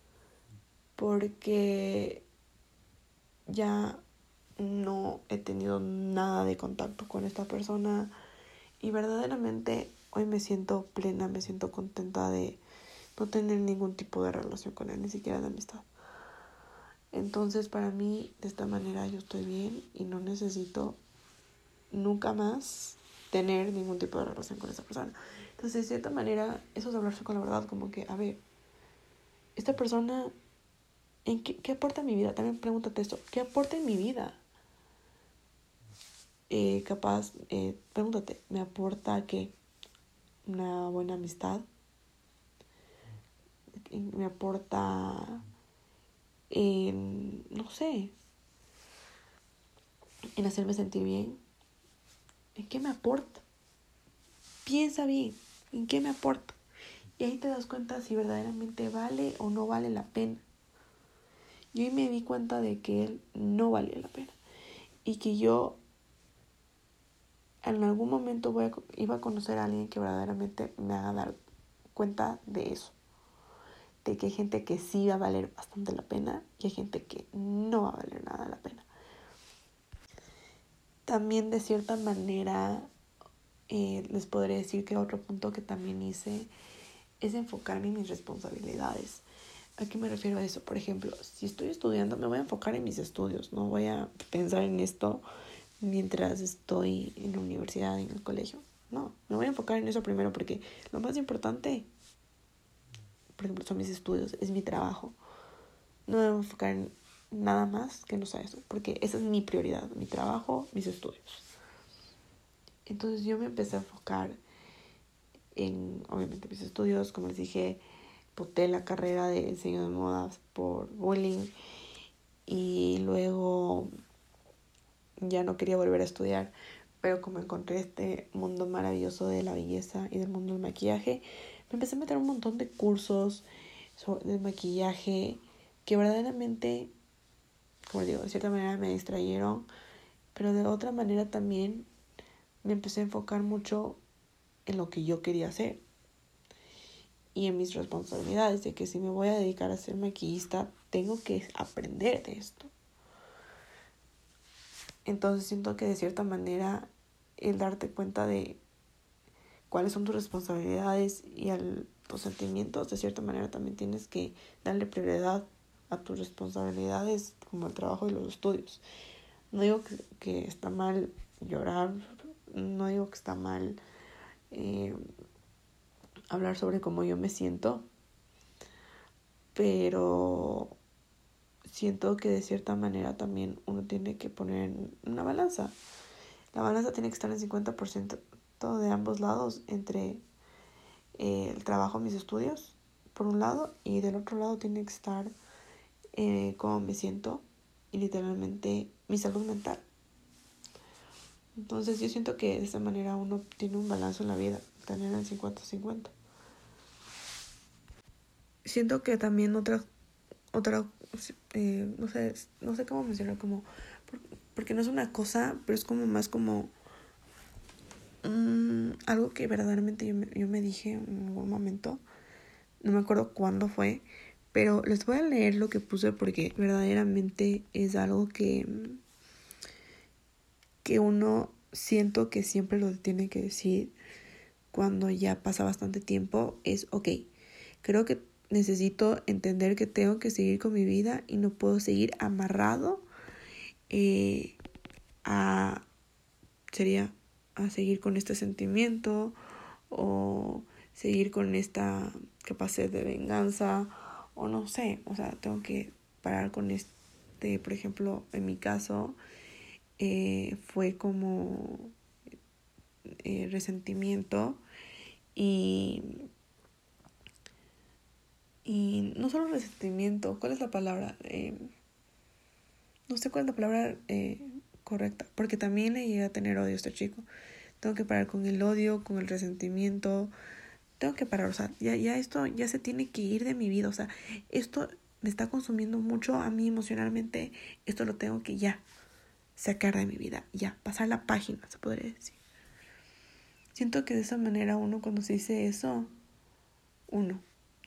Porque ya no he tenido nada de contacto con esta persona. Y verdaderamente hoy me siento plena, me siento contenta de no tener ningún tipo de relación con él, ni siquiera de amistad. Entonces, para mí, de esta manera yo estoy bien y no necesito nunca más tener ningún tipo de relación con esa persona. Entonces, de cierta manera, eso es hablarse con la verdad, como que, a ver, esta persona, ¿en qué, qué aporta en mi vida? También pregúntate esto, ¿qué aporta en mi vida? Eh, capaz, eh, pregúntate, ¿me aporta qué? Una buena amistad, me aporta, en, no sé, en hacerme sentir bien. ¿En qué me aporta? Piensa bien, ¿en qué me aporta? Y ahí te das cuenta si verdaderamente vale o no vale la pena. Yo ahí me di cuenta de que él no valía la pena. Y que yo en algún momento voy a, iba a conocer a alguien que verdaderamente me haga dar cuenta de eso. De que hay gente que sí va a valer bastante la pena y hay gente que no va a valer nada la pena. También de cierta manera eh, les podré decir que otro punto que también hice es enfocarme en mis responsabilidades. ¿A qué me refiero a eso? Por ejemplo, si estoy estudiando, me voy a enfocar en mis estudios. No voy a pensar en esto mientras estoy en la universidad, en el colegio. No, me voy a enfocar en eso primero porque lo más importante, por ejemplo, son mis estudios, es mi trabajo. No me voy a enfocar en nada más que no sea eso, porque esa es mi prioridad, mi trabajo, mis estudios. Entonces yo me empecé a enfocar en, obviamente, mis estudios. Como les dije, boté la carrera de diseño de modas por bullying y luego ya no quería volver a estudiar, pero como encontré este mundo maravilloso de la belleza y del mundo del maquillaje, me empecé a meter un montón de cursos sobre, de maquillaje que verdaderamente, como les digo, de cierta manera me distrayeron, pero de otra manera también me empecé a enfocar mucho en lo que yo quería hacer y en mis responsabilidades, de que si me voy a dedicar a ser maquillista, tengo que aprender de esto. Entonces siento que de cierta manera el darte cuenta de cuáles son tus responsabilidades y al, tus sentimientos, de cierta manera también tienes que darle prioridad a tus responsabilidades como el trabajo y los estudios. No digo que, que está mal llorar, no digo que está mal eh, hablar sobre cómo yo me siento, pero siento que de cierta manera también uno tiene que poner en una balanza. La balanza tiene que estar en cincuenta por ciento de ambos lados, entre eh, el trabajo, mis estudios, por un lado, y del otro lado tiene que estar eh, cómo me siento y literalmente mi salud mental. Entonces yo siento que de esa manera uno tiene un balance en la vida, tener el cincuenta-cincuenta. Siento que también otra, otra eh, no sé, no sé cómo mencionar, como, porque no es una cosa, pero es como más como um, algo que verdaderamente yo me, yo me dije en algún momento, no me acuerdo cuándo fue, pero les voy a leer lo que puse porque verdaderamente es algo que, que uno siento que siempre lo tiene que decir cuando ya pasa bastante tiempo. Es, ok, creo que necesito entender que tengo que seguir con mi vida y no puedo seguir amarrado eh, a, sería, a seguir con este sentimiento o seguir con esta capacidad de venganza o no sé, o sea, tengo que parar con este, por ejemplo, en mi caso eh, fue como eh, resentimiento y y no solo resentimiento, ¿cuál es la palabra? Eh, no sé cuál es la palabra eh, correcta, porque también le llegué a tener odio a este chico. Tengo que parar con el odio, con el resentimiento, tengo que parar, o sea, ya, ya esto ya se tiene que ir de mi vida, o sea, esto me está consumiendo mucho a mí emocionalmente, esto lo tengo que ya sacar de mi vida, ya, pasar la página, se podría decir. Siento que de esa manera uno, cuando se dice eso, uno,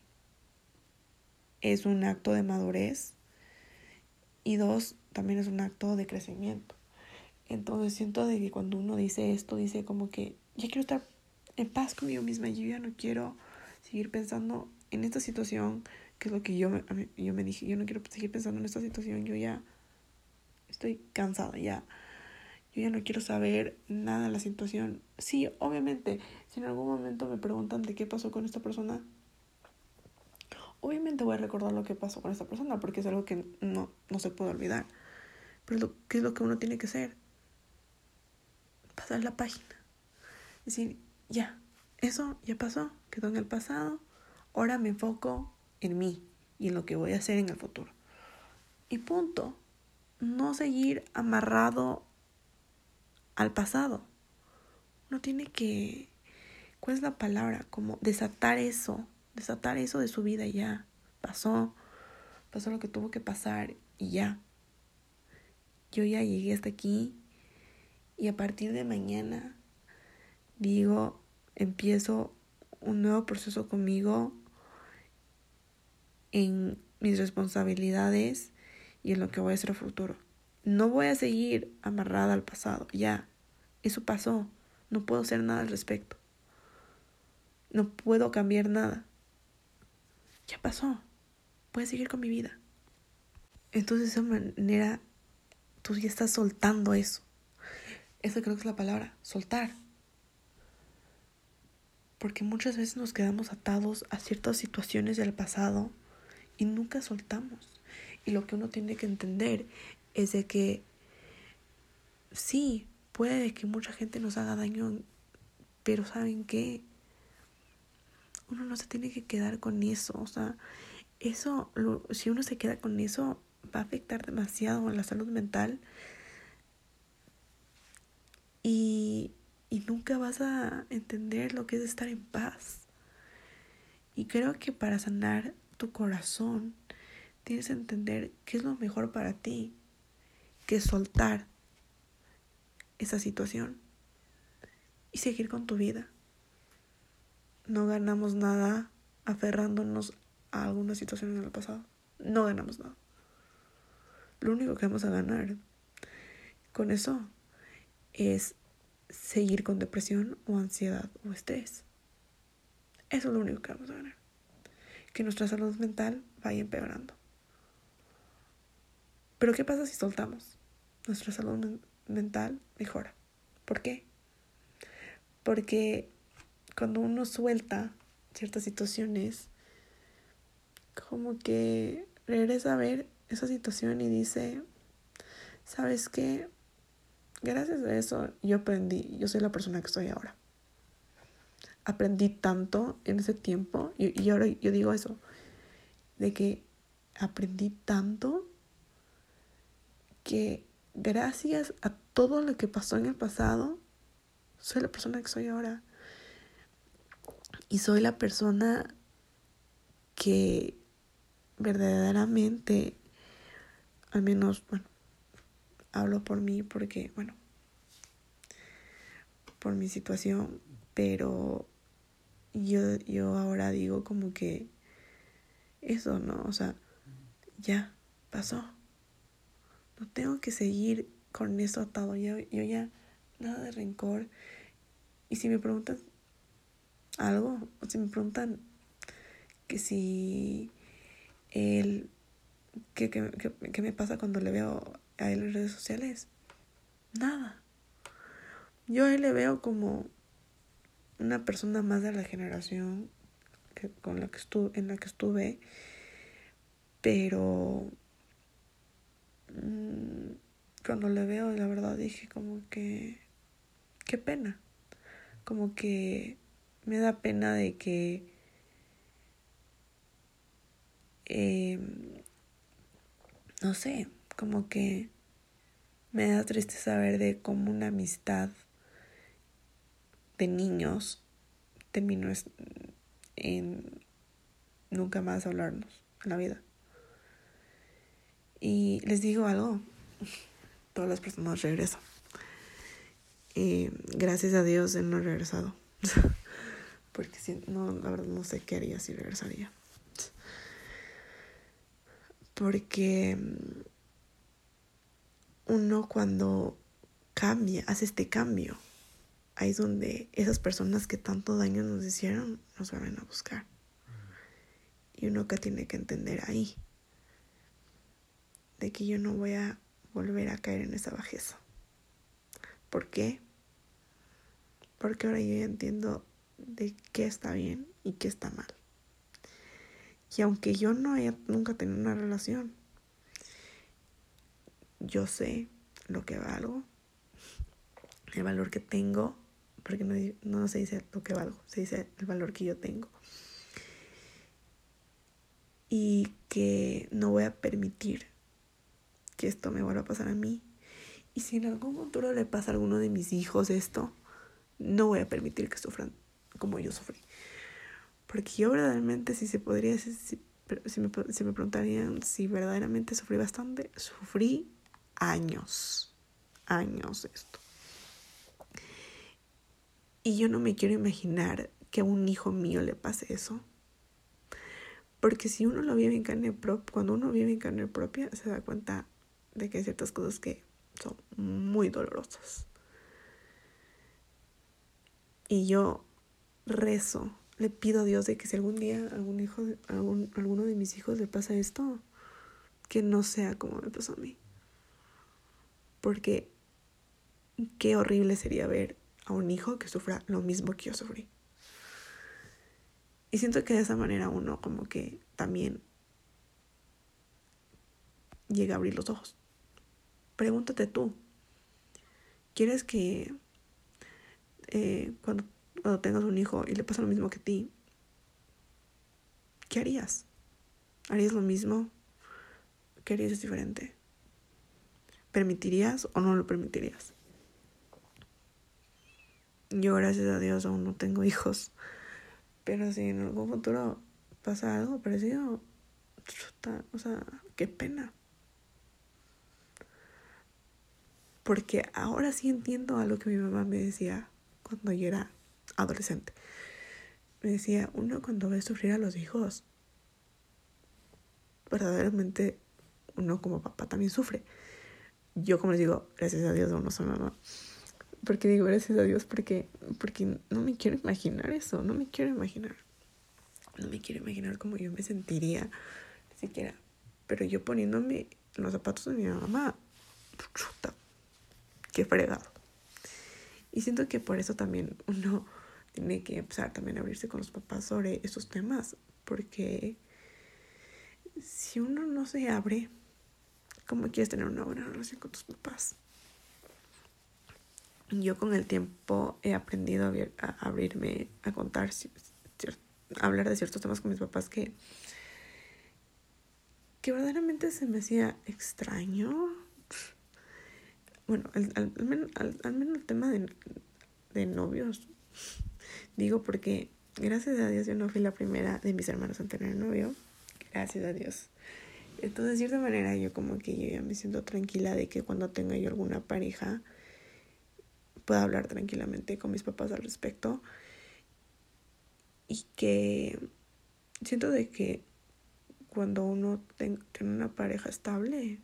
es un acto de madurez y dos, también es un acto de crecimiento. Entonces siento de que cuando uno dice esto, dice como que ya quiero estar en paz conmigo misma, yo ya no quiero seguir pensando en esta situación, que es lo que yo me, yo me dije, yo no quiero seguir pensando en esta situación, yo ya estoy cansada, ya, yo ya no quiero saber nada de la situación. Sí, obviamente, si en algún momento me preguntan de qué pasó con esta persona, obviamente voy a recordar lo que pasó con esta persona, porque es algo que no, no se puede olvidar. Pero lo, ¿qué es lo que uno tiene que hacer? Pasar la página. Es decir, ya, eso ya pasó, quedó en el pasado, ahora me enfoco en mí y en lo que voy a hacer en el futuro. Y punto. No seguir amarrado al pasado. Uno tiene que, ¿cuál es la palabra? Como desatar eso, desatar eso de su vida. Ya pasó, pasó lo que tuvo que pasar y ya. Yo ya llegué hasta aquí y a partir de mañana digo, empiezo un nuevo proceso conmigo en mis responsabilidades y en lo que voy a hacer a futuro. No voy a seguir amarrada al pasado, ya, eso pasó, No puedo hacer nada al respecto. No puedo cambiar nada. Ya pasó. Voy a seguir con mi vida. Entonces, de esa manera, tú ya estás soltando eso. Esa creo que es la palabra, soltar. Porque muchas veces nos quedamos atados a ciertas situaciones del pasado y nunca soltamos. Y lo que uno tiene que entender es de que sí, puede que mucha gente nos haga daño, pero ¿saben qué? Uno no se tiene que quedar con eso. O sea, eso, lo, si uno se queda con eso, va a afectar demasiado a la salud mental. Y, y nunca vas a entender lo que es estar en paz. Y creo que para sanar tu corazón, tienes que entender qué es lo mejor para ti, que es soltar esa situación y seguir con tu vida. No ganamos nada aferrándonos a alguna situación en el pasado. No ganamos nada. Lo único que vamos a ganar con eso es seguir con depresión o ansiedad o estrés. Eso es lo único que vamos a ganar. Que nuestra salud mental vaya empeorando. Pero ¿qué pasa si soltamos? Nuestra salud men- mental mejora. ¿Por qué? Porque cuando uno suelta ciertas situaciones, como que regresa a ver esa situación y dice, ¿sabes qué? Gracias a eso yo aprendí, yo soy la persona que soy ahora. Aprendí tanto en ese tiempo y, y ahora yo digo eso, de que aprendí tanto que gracias a todo lo que pasó en el pasado, soy la persona que soy ahora. Y soy la persona que verdaderamente, al menos, bueno, hablo por mí porque, bueno, por mi situación, pero yo, yo ahora digo como que eso, ¿no? O sea, ya pasó. No tengo que seguir con eso atado. Yo, yo ya, nada de rencor. Y si me preguntan algo, o si me preguntan que si él, ¿qué, qué, qué, qué me pasa cuando le veo a él en redes sociales? Nada. Yo a él le veo como una persona más de la generación que, con la que estuve, en la que estuve, pero mmm, cuando le veo, la verdad dije como que qué pena, como que me da pena de que eh, no sé, como que me da triste saber de cómo una amistad de niños terminó en nunca más hablarnos en la vida. Y les digo algo, todas las personas regresan. Y gracias a Dios él no ha regresado. Porque si no, la verdad no sé qué haría si regresaría. Porque uno cuando cambia, hace este cambio, ahí es donde esas personas que tanto daño nos hicieron nos vuelven a buscar. Y uno que tiene que entender ahí de que yo no voy a volver a caer en esa bajeza. ¿Por qué? Porque ahora yo ya entiendo de qué está bien y qué está mal. Y aunque yo no haya nunca tenido una relación, yo sé lo que valgo, el valor que tengo, porque no, no se dice lo que valgo, se dice el valor que yo tengo. Y que no voy a permitir que esto me vuelva a pasar a mí. Y si en algún futuro le pasa a alguno de mis hijos esto, no voy a permitir que sufran como yo sufrí. Porque yo verdaderamente, si se podría, si, si, si, me, si me preguntarían si verdaderamente sufrí bastante, sufrí años, años esto. Y yo no me quiero imaginar que a un hijo mío le pase eso. Porque si uno lo vive en carne propia, cuando uno vive en carne propia, se da cuenta de que hay ciertas cosas que son muy dolorosas. Y yo rezo, le pido a Dios de que si algún día algún hijo, algún, alguno de mis hijos le pasa esto, que no sea como me pasó a mí. Porque qué horrible sería ver a un hijo que sufra lo mismo que yo sufrí. Y siento que de esa manera uno como que también llega a abrir los ojos. Pregúntate tú, ¿quieres que eh, cuando, cuando tengas un hijo y le pasa lo mismo que a ti, qué harías? ¿Harías lo mismo? ¿Qué harías diferente? ¿Permitirías o no lo permitirías? Yo, gracias a Dios, aún no tengo hijos. Pero si en algún futuro pasa algo parecido, chuta, o sea, qué pena. Porque ahora sí entiendo a lo que mi mamá me decía cuando yo era adolescente. Me decía, uno cuando ve sufrir a los hijos, verdaderamente uno como papá también sufre. Yo, como les digo, gracias a Dios aún no soy mamá. Porque digo gracias a Dios porque, porque no me quiero imaginar eso, no me quiero imaginar. No me quiero imaginar cómo yo me sentiría, ni siquiera. Pero yo poniéndome en los zapatos de mi mamá, chuta, qué fregado. Y siento que por eso también uno tiene que empezar también a abrirse con los papás sobre esos temas. Porque si uno no se abre, ¿cómo quieres tener una buena relación con tus papás? Yo con el tiempo he aprendido a, abrir, a abrirme, a contar, a hablar de ciertos temas con mis papás que, que verdaderamente se me hacía extraño. Bueno, al, al, al, menos, al, al menos el tema de, de novios. Digo porque gracias a Dios yo no fui la primera de mis hermanos en tener novio. Gracias a Dios. Entonces, de cierta manera, yo como que yo ya me siento tranquila de que cuando tenga yo alguna pareja pueda hablar tranquilamente con mis papás al respecto. Y que siento de que cuando uno ten, tiene una pareja estable,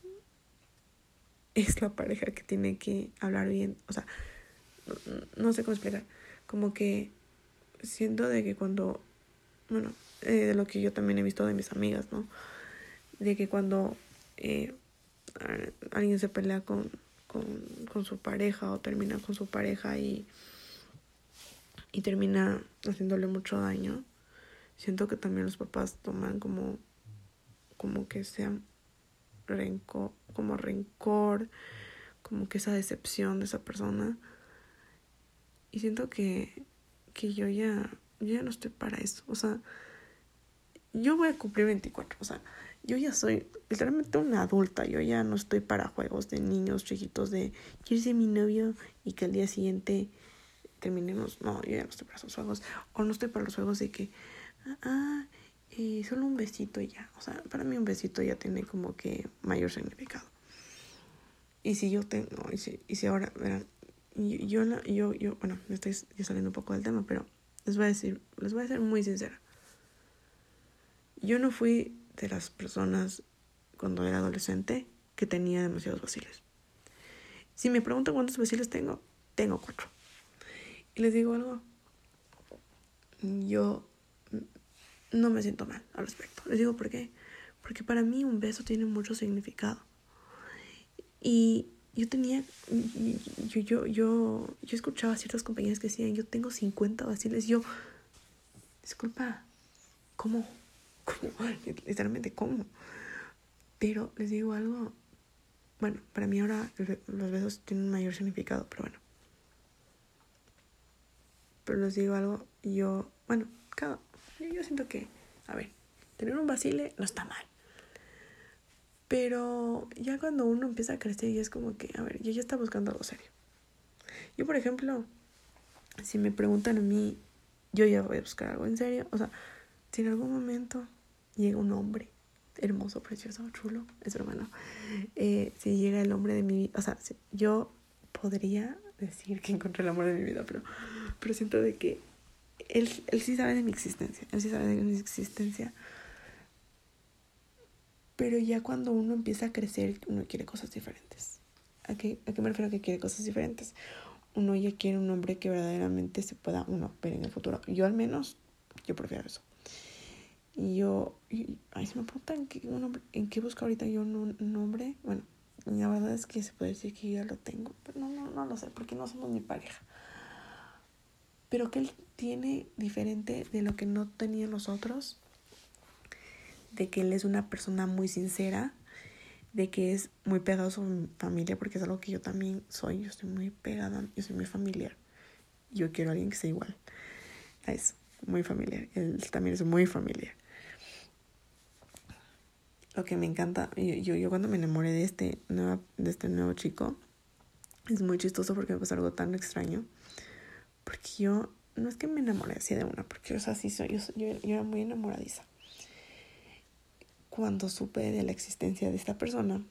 es la pareja que tiene que hablar bien. O sea, no, no sé cómo explicar. Como que siento de que cuando, bueno, eh, de lo que yo también he visto de mis amigas, ¿no? De que cuando eh, alguien se pelea con, con, con su pareja o termina con su pareja y, y termina haciéndole mucho daño, siento que también los papás toman como, como que sea rencor, como rencor, como que esa decepción de esa persona. Y siento que, que yo ya, yo ya no estoy para eso. O sea, yo voy a cumplir veinticuatro. O sea, yo ya soy literalmente una adulta. Yo ya no estoy para juegos de niños chiquitos de ¿quieres ser mi novio? Y que al día siguiente terminemos. No, yo ya no estoy para esos juegos. O no estoy para los juegos de que ah, eh, solo un besito y ya. O sea, para mí un besito ya tiene como que mayor significado. Y si yo tengo, y si, y si ahora, verán, yo, yo, yo, yo, bueno, me estoy ya saliendo un poco del tema, pero les voy a decir, les voy a ser muy sincera. Yo no fui de las personas cuando era adolescente que tenía demasiados vaciles. Si me preguntan cuántos vaciles tengo, tengo cuatro. Y les digo algo, yo no me siento mal al respecto. Les digo por qué. Porque para mí un beso tiene mucho significado. Y yo tenía, yo, yo, yo, yo escuchaba a ciertas compañeras que decían, yo tengo cincuenta vaciles. Yo, disculpa, ¿cómo? ¿Cómo? Literalmente, ¿cómo? Pero les digo algo, bueno, para mí ahora los besos tienen un mayor significado, pero bueno. Pero les digo algo, yo, bueno, cada, yo, yo siento que, a ver, tener un vacile no está mal. Pero ya cuando uno empieza a crecer y es como que, a ver, yo ya está buscando algo serio. Yo, por ejemplo, si me preguntan a mí, yo ya voy a buscar algo en serio. O sea, si en algún momento llega un hombre hermoso, precioso, chulo, es hermano, eh, si llega el hombre de mi vida, o sea, si, yo podría decir que encontré el amor de mi vida, pero, pero siento de que él, él sí sabe de mi existencia, él sí sabe de mi existencia. Pero ya cuando uno empieza a crecer, uno quiere cosas diferentes. ¿A qué, a qué me refiero a que quiere cosas diferentes? uno ya quiere un hombre que verdaderamente se pueda uno ver en el futuro. Yo al menos, yo prefiero eso. Y yo, y, ay, si me preguntan qué, un hombre, en qué busco ahorita yo un, un hombre, bueno, la verdad es que se puede decir que ya lo tengo, pero no, no, no lo sé, porque no somos ni pareja. Pero que él tiene diferente de lo que no tenían los otros, de que él es una persona muy sincera, de que es muy pegado a su familia, porque es algo que yo también soy, yo soy muy pegada, yo soy muy familiar. Yo quiero a alguien que sea igual a eso, muy familiar. Él también es muy familiar. Lo que me encanta, yo, yo, yo cuando me enamoré de este, nueva, de este nuevo chico, es muy chistoso porque me pasó algo tan extraño. Porque yo, no es que me enamoré así de una, porque o sea, sí soy, yo, yo, yo era muy enamoradiza. Cuando supe de la existencia de esta persona,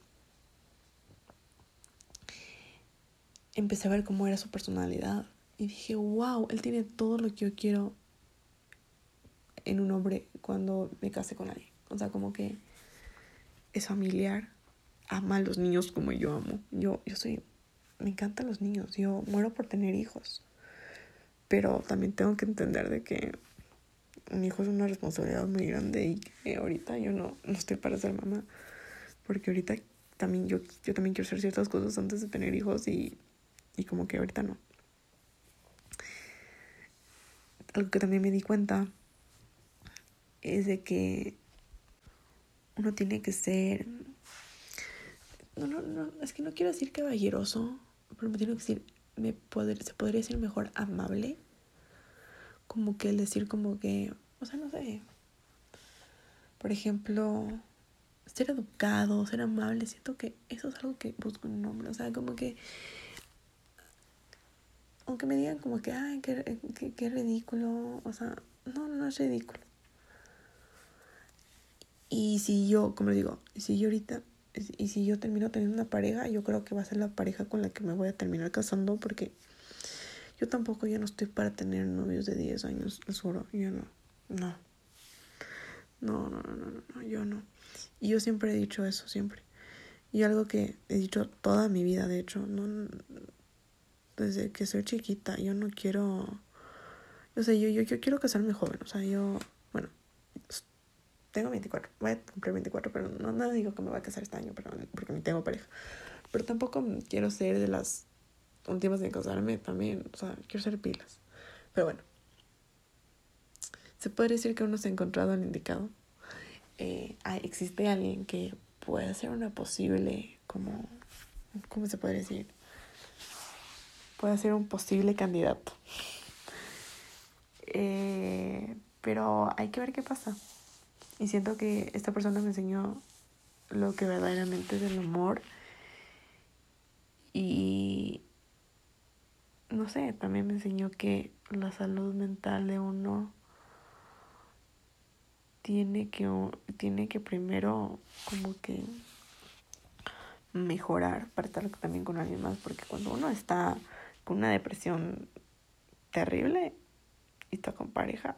empecé a ver cómo era su personalidad. Y dije, wow, él tiene todo lo que yo quiero en un hombre cuando me case con alguien. O sea, como que es familiar, ama a los niños como yo amo. Yo, yo soy, me encantan los niños, yo muero por tener hijos. Pero también tengo que entender de que un hijo es una responsabilidad muy grande y que ahorita yo no, no estoy para ser mamá. Porque ahorita también yo, yo también quiero hacer ciertas cosas antes de tener hijos y, y como que ahorita no. Algo que también me di cuenta es de que uno tiene que ser, no, no, no, es que no quiero decir caballeroso, pero me tengo que decir, me poder, se podría decir mejor amable, como que el decir como que, o sea, no sé, por ejemplo, ser educado, ser amable, siento que eso es algo que busco en un hombre, o sea, como que, aunque me digan como que, ay, qué, qué, qué ridículo, o sea, no, no es ridículo. Y si yo, como les digo, si yo ahorita, y si yo termino teniendo una pareja, yo creo que va a ser la pareja con la que me voy a terminar casando, porque yo tampoco ya no estoy para tener novios de diez años, les juro, yo no, no, no, no, no, no, no, yo no. Y yo siempre he dicho eso, siempre. Y algo que he dicho toda mi vida, de hecho, no, desde que soy chiquita, yo no quiero, o sea, yo, yo, yo quiero casarme joven, o sea, yo, bueno, tengo veinticuatro, voy a cumplir veinticuatro, pero no, no digo que me voy a casar este año, pero, porque ni tengo pareja. Pero tampoco quiero ser de las últimas en casarme también, o sea, quiero ser pilas. Pero bueno, se puede decir que uno se ha encontrado al indicado. Eh, hay, existe alguien que puede ser una posible, como, ¿cómo se puede decir? Puede ser un posible candidato. Eh, pero hay que ver qué pasa. Y siento que esta persona me enseñó lo que verdaderamente es el amor. Y no sé, también me enseñó que la salud mental de uno tiene que, tiene que primero como que mejorar para estar también con alguien más, porque cuando uno está con una depresión terrible y está con pareja,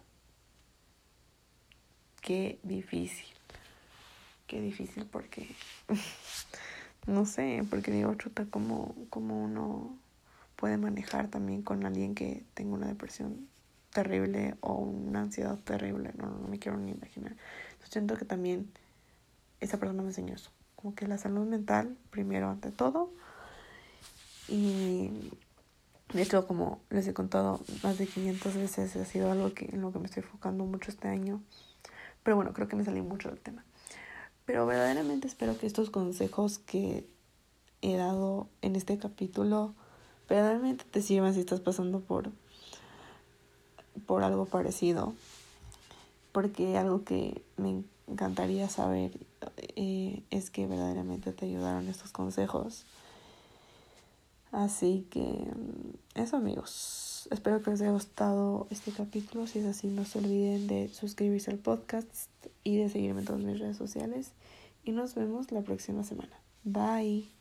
qué difícil, qué difícil porque no sé, porque digo, chuta, como como uno puede manejar también con alguien que tenga una depresión terrible o una ansiedad terrible, no, no me quiero ni imaginar. Yo siento que también esa persona me enseñó eso, como que la salud mental primero ante todo. Y de hecho, como les he contado más de quinientas veces, ha sido algo que, en lo que me estoy enfocando mucho este año. Pero bueno, creo que me salí mucho del tema. Pero verdaderamente espero que estos consejos que he dado en este capítulo verdaderamente te sirvan si estás pasando por, por algo parecido. Porque algo que me encantaría saber eh, es que verdaderamente te ayudaron estos consejos. Así que eso, amigos, espero que les haya gustado este capítulo. Si es así, no se olviden de suscribirse al podcast y de seguirme en todas mis redes sociales y nos vemos la próxima semana. Bye.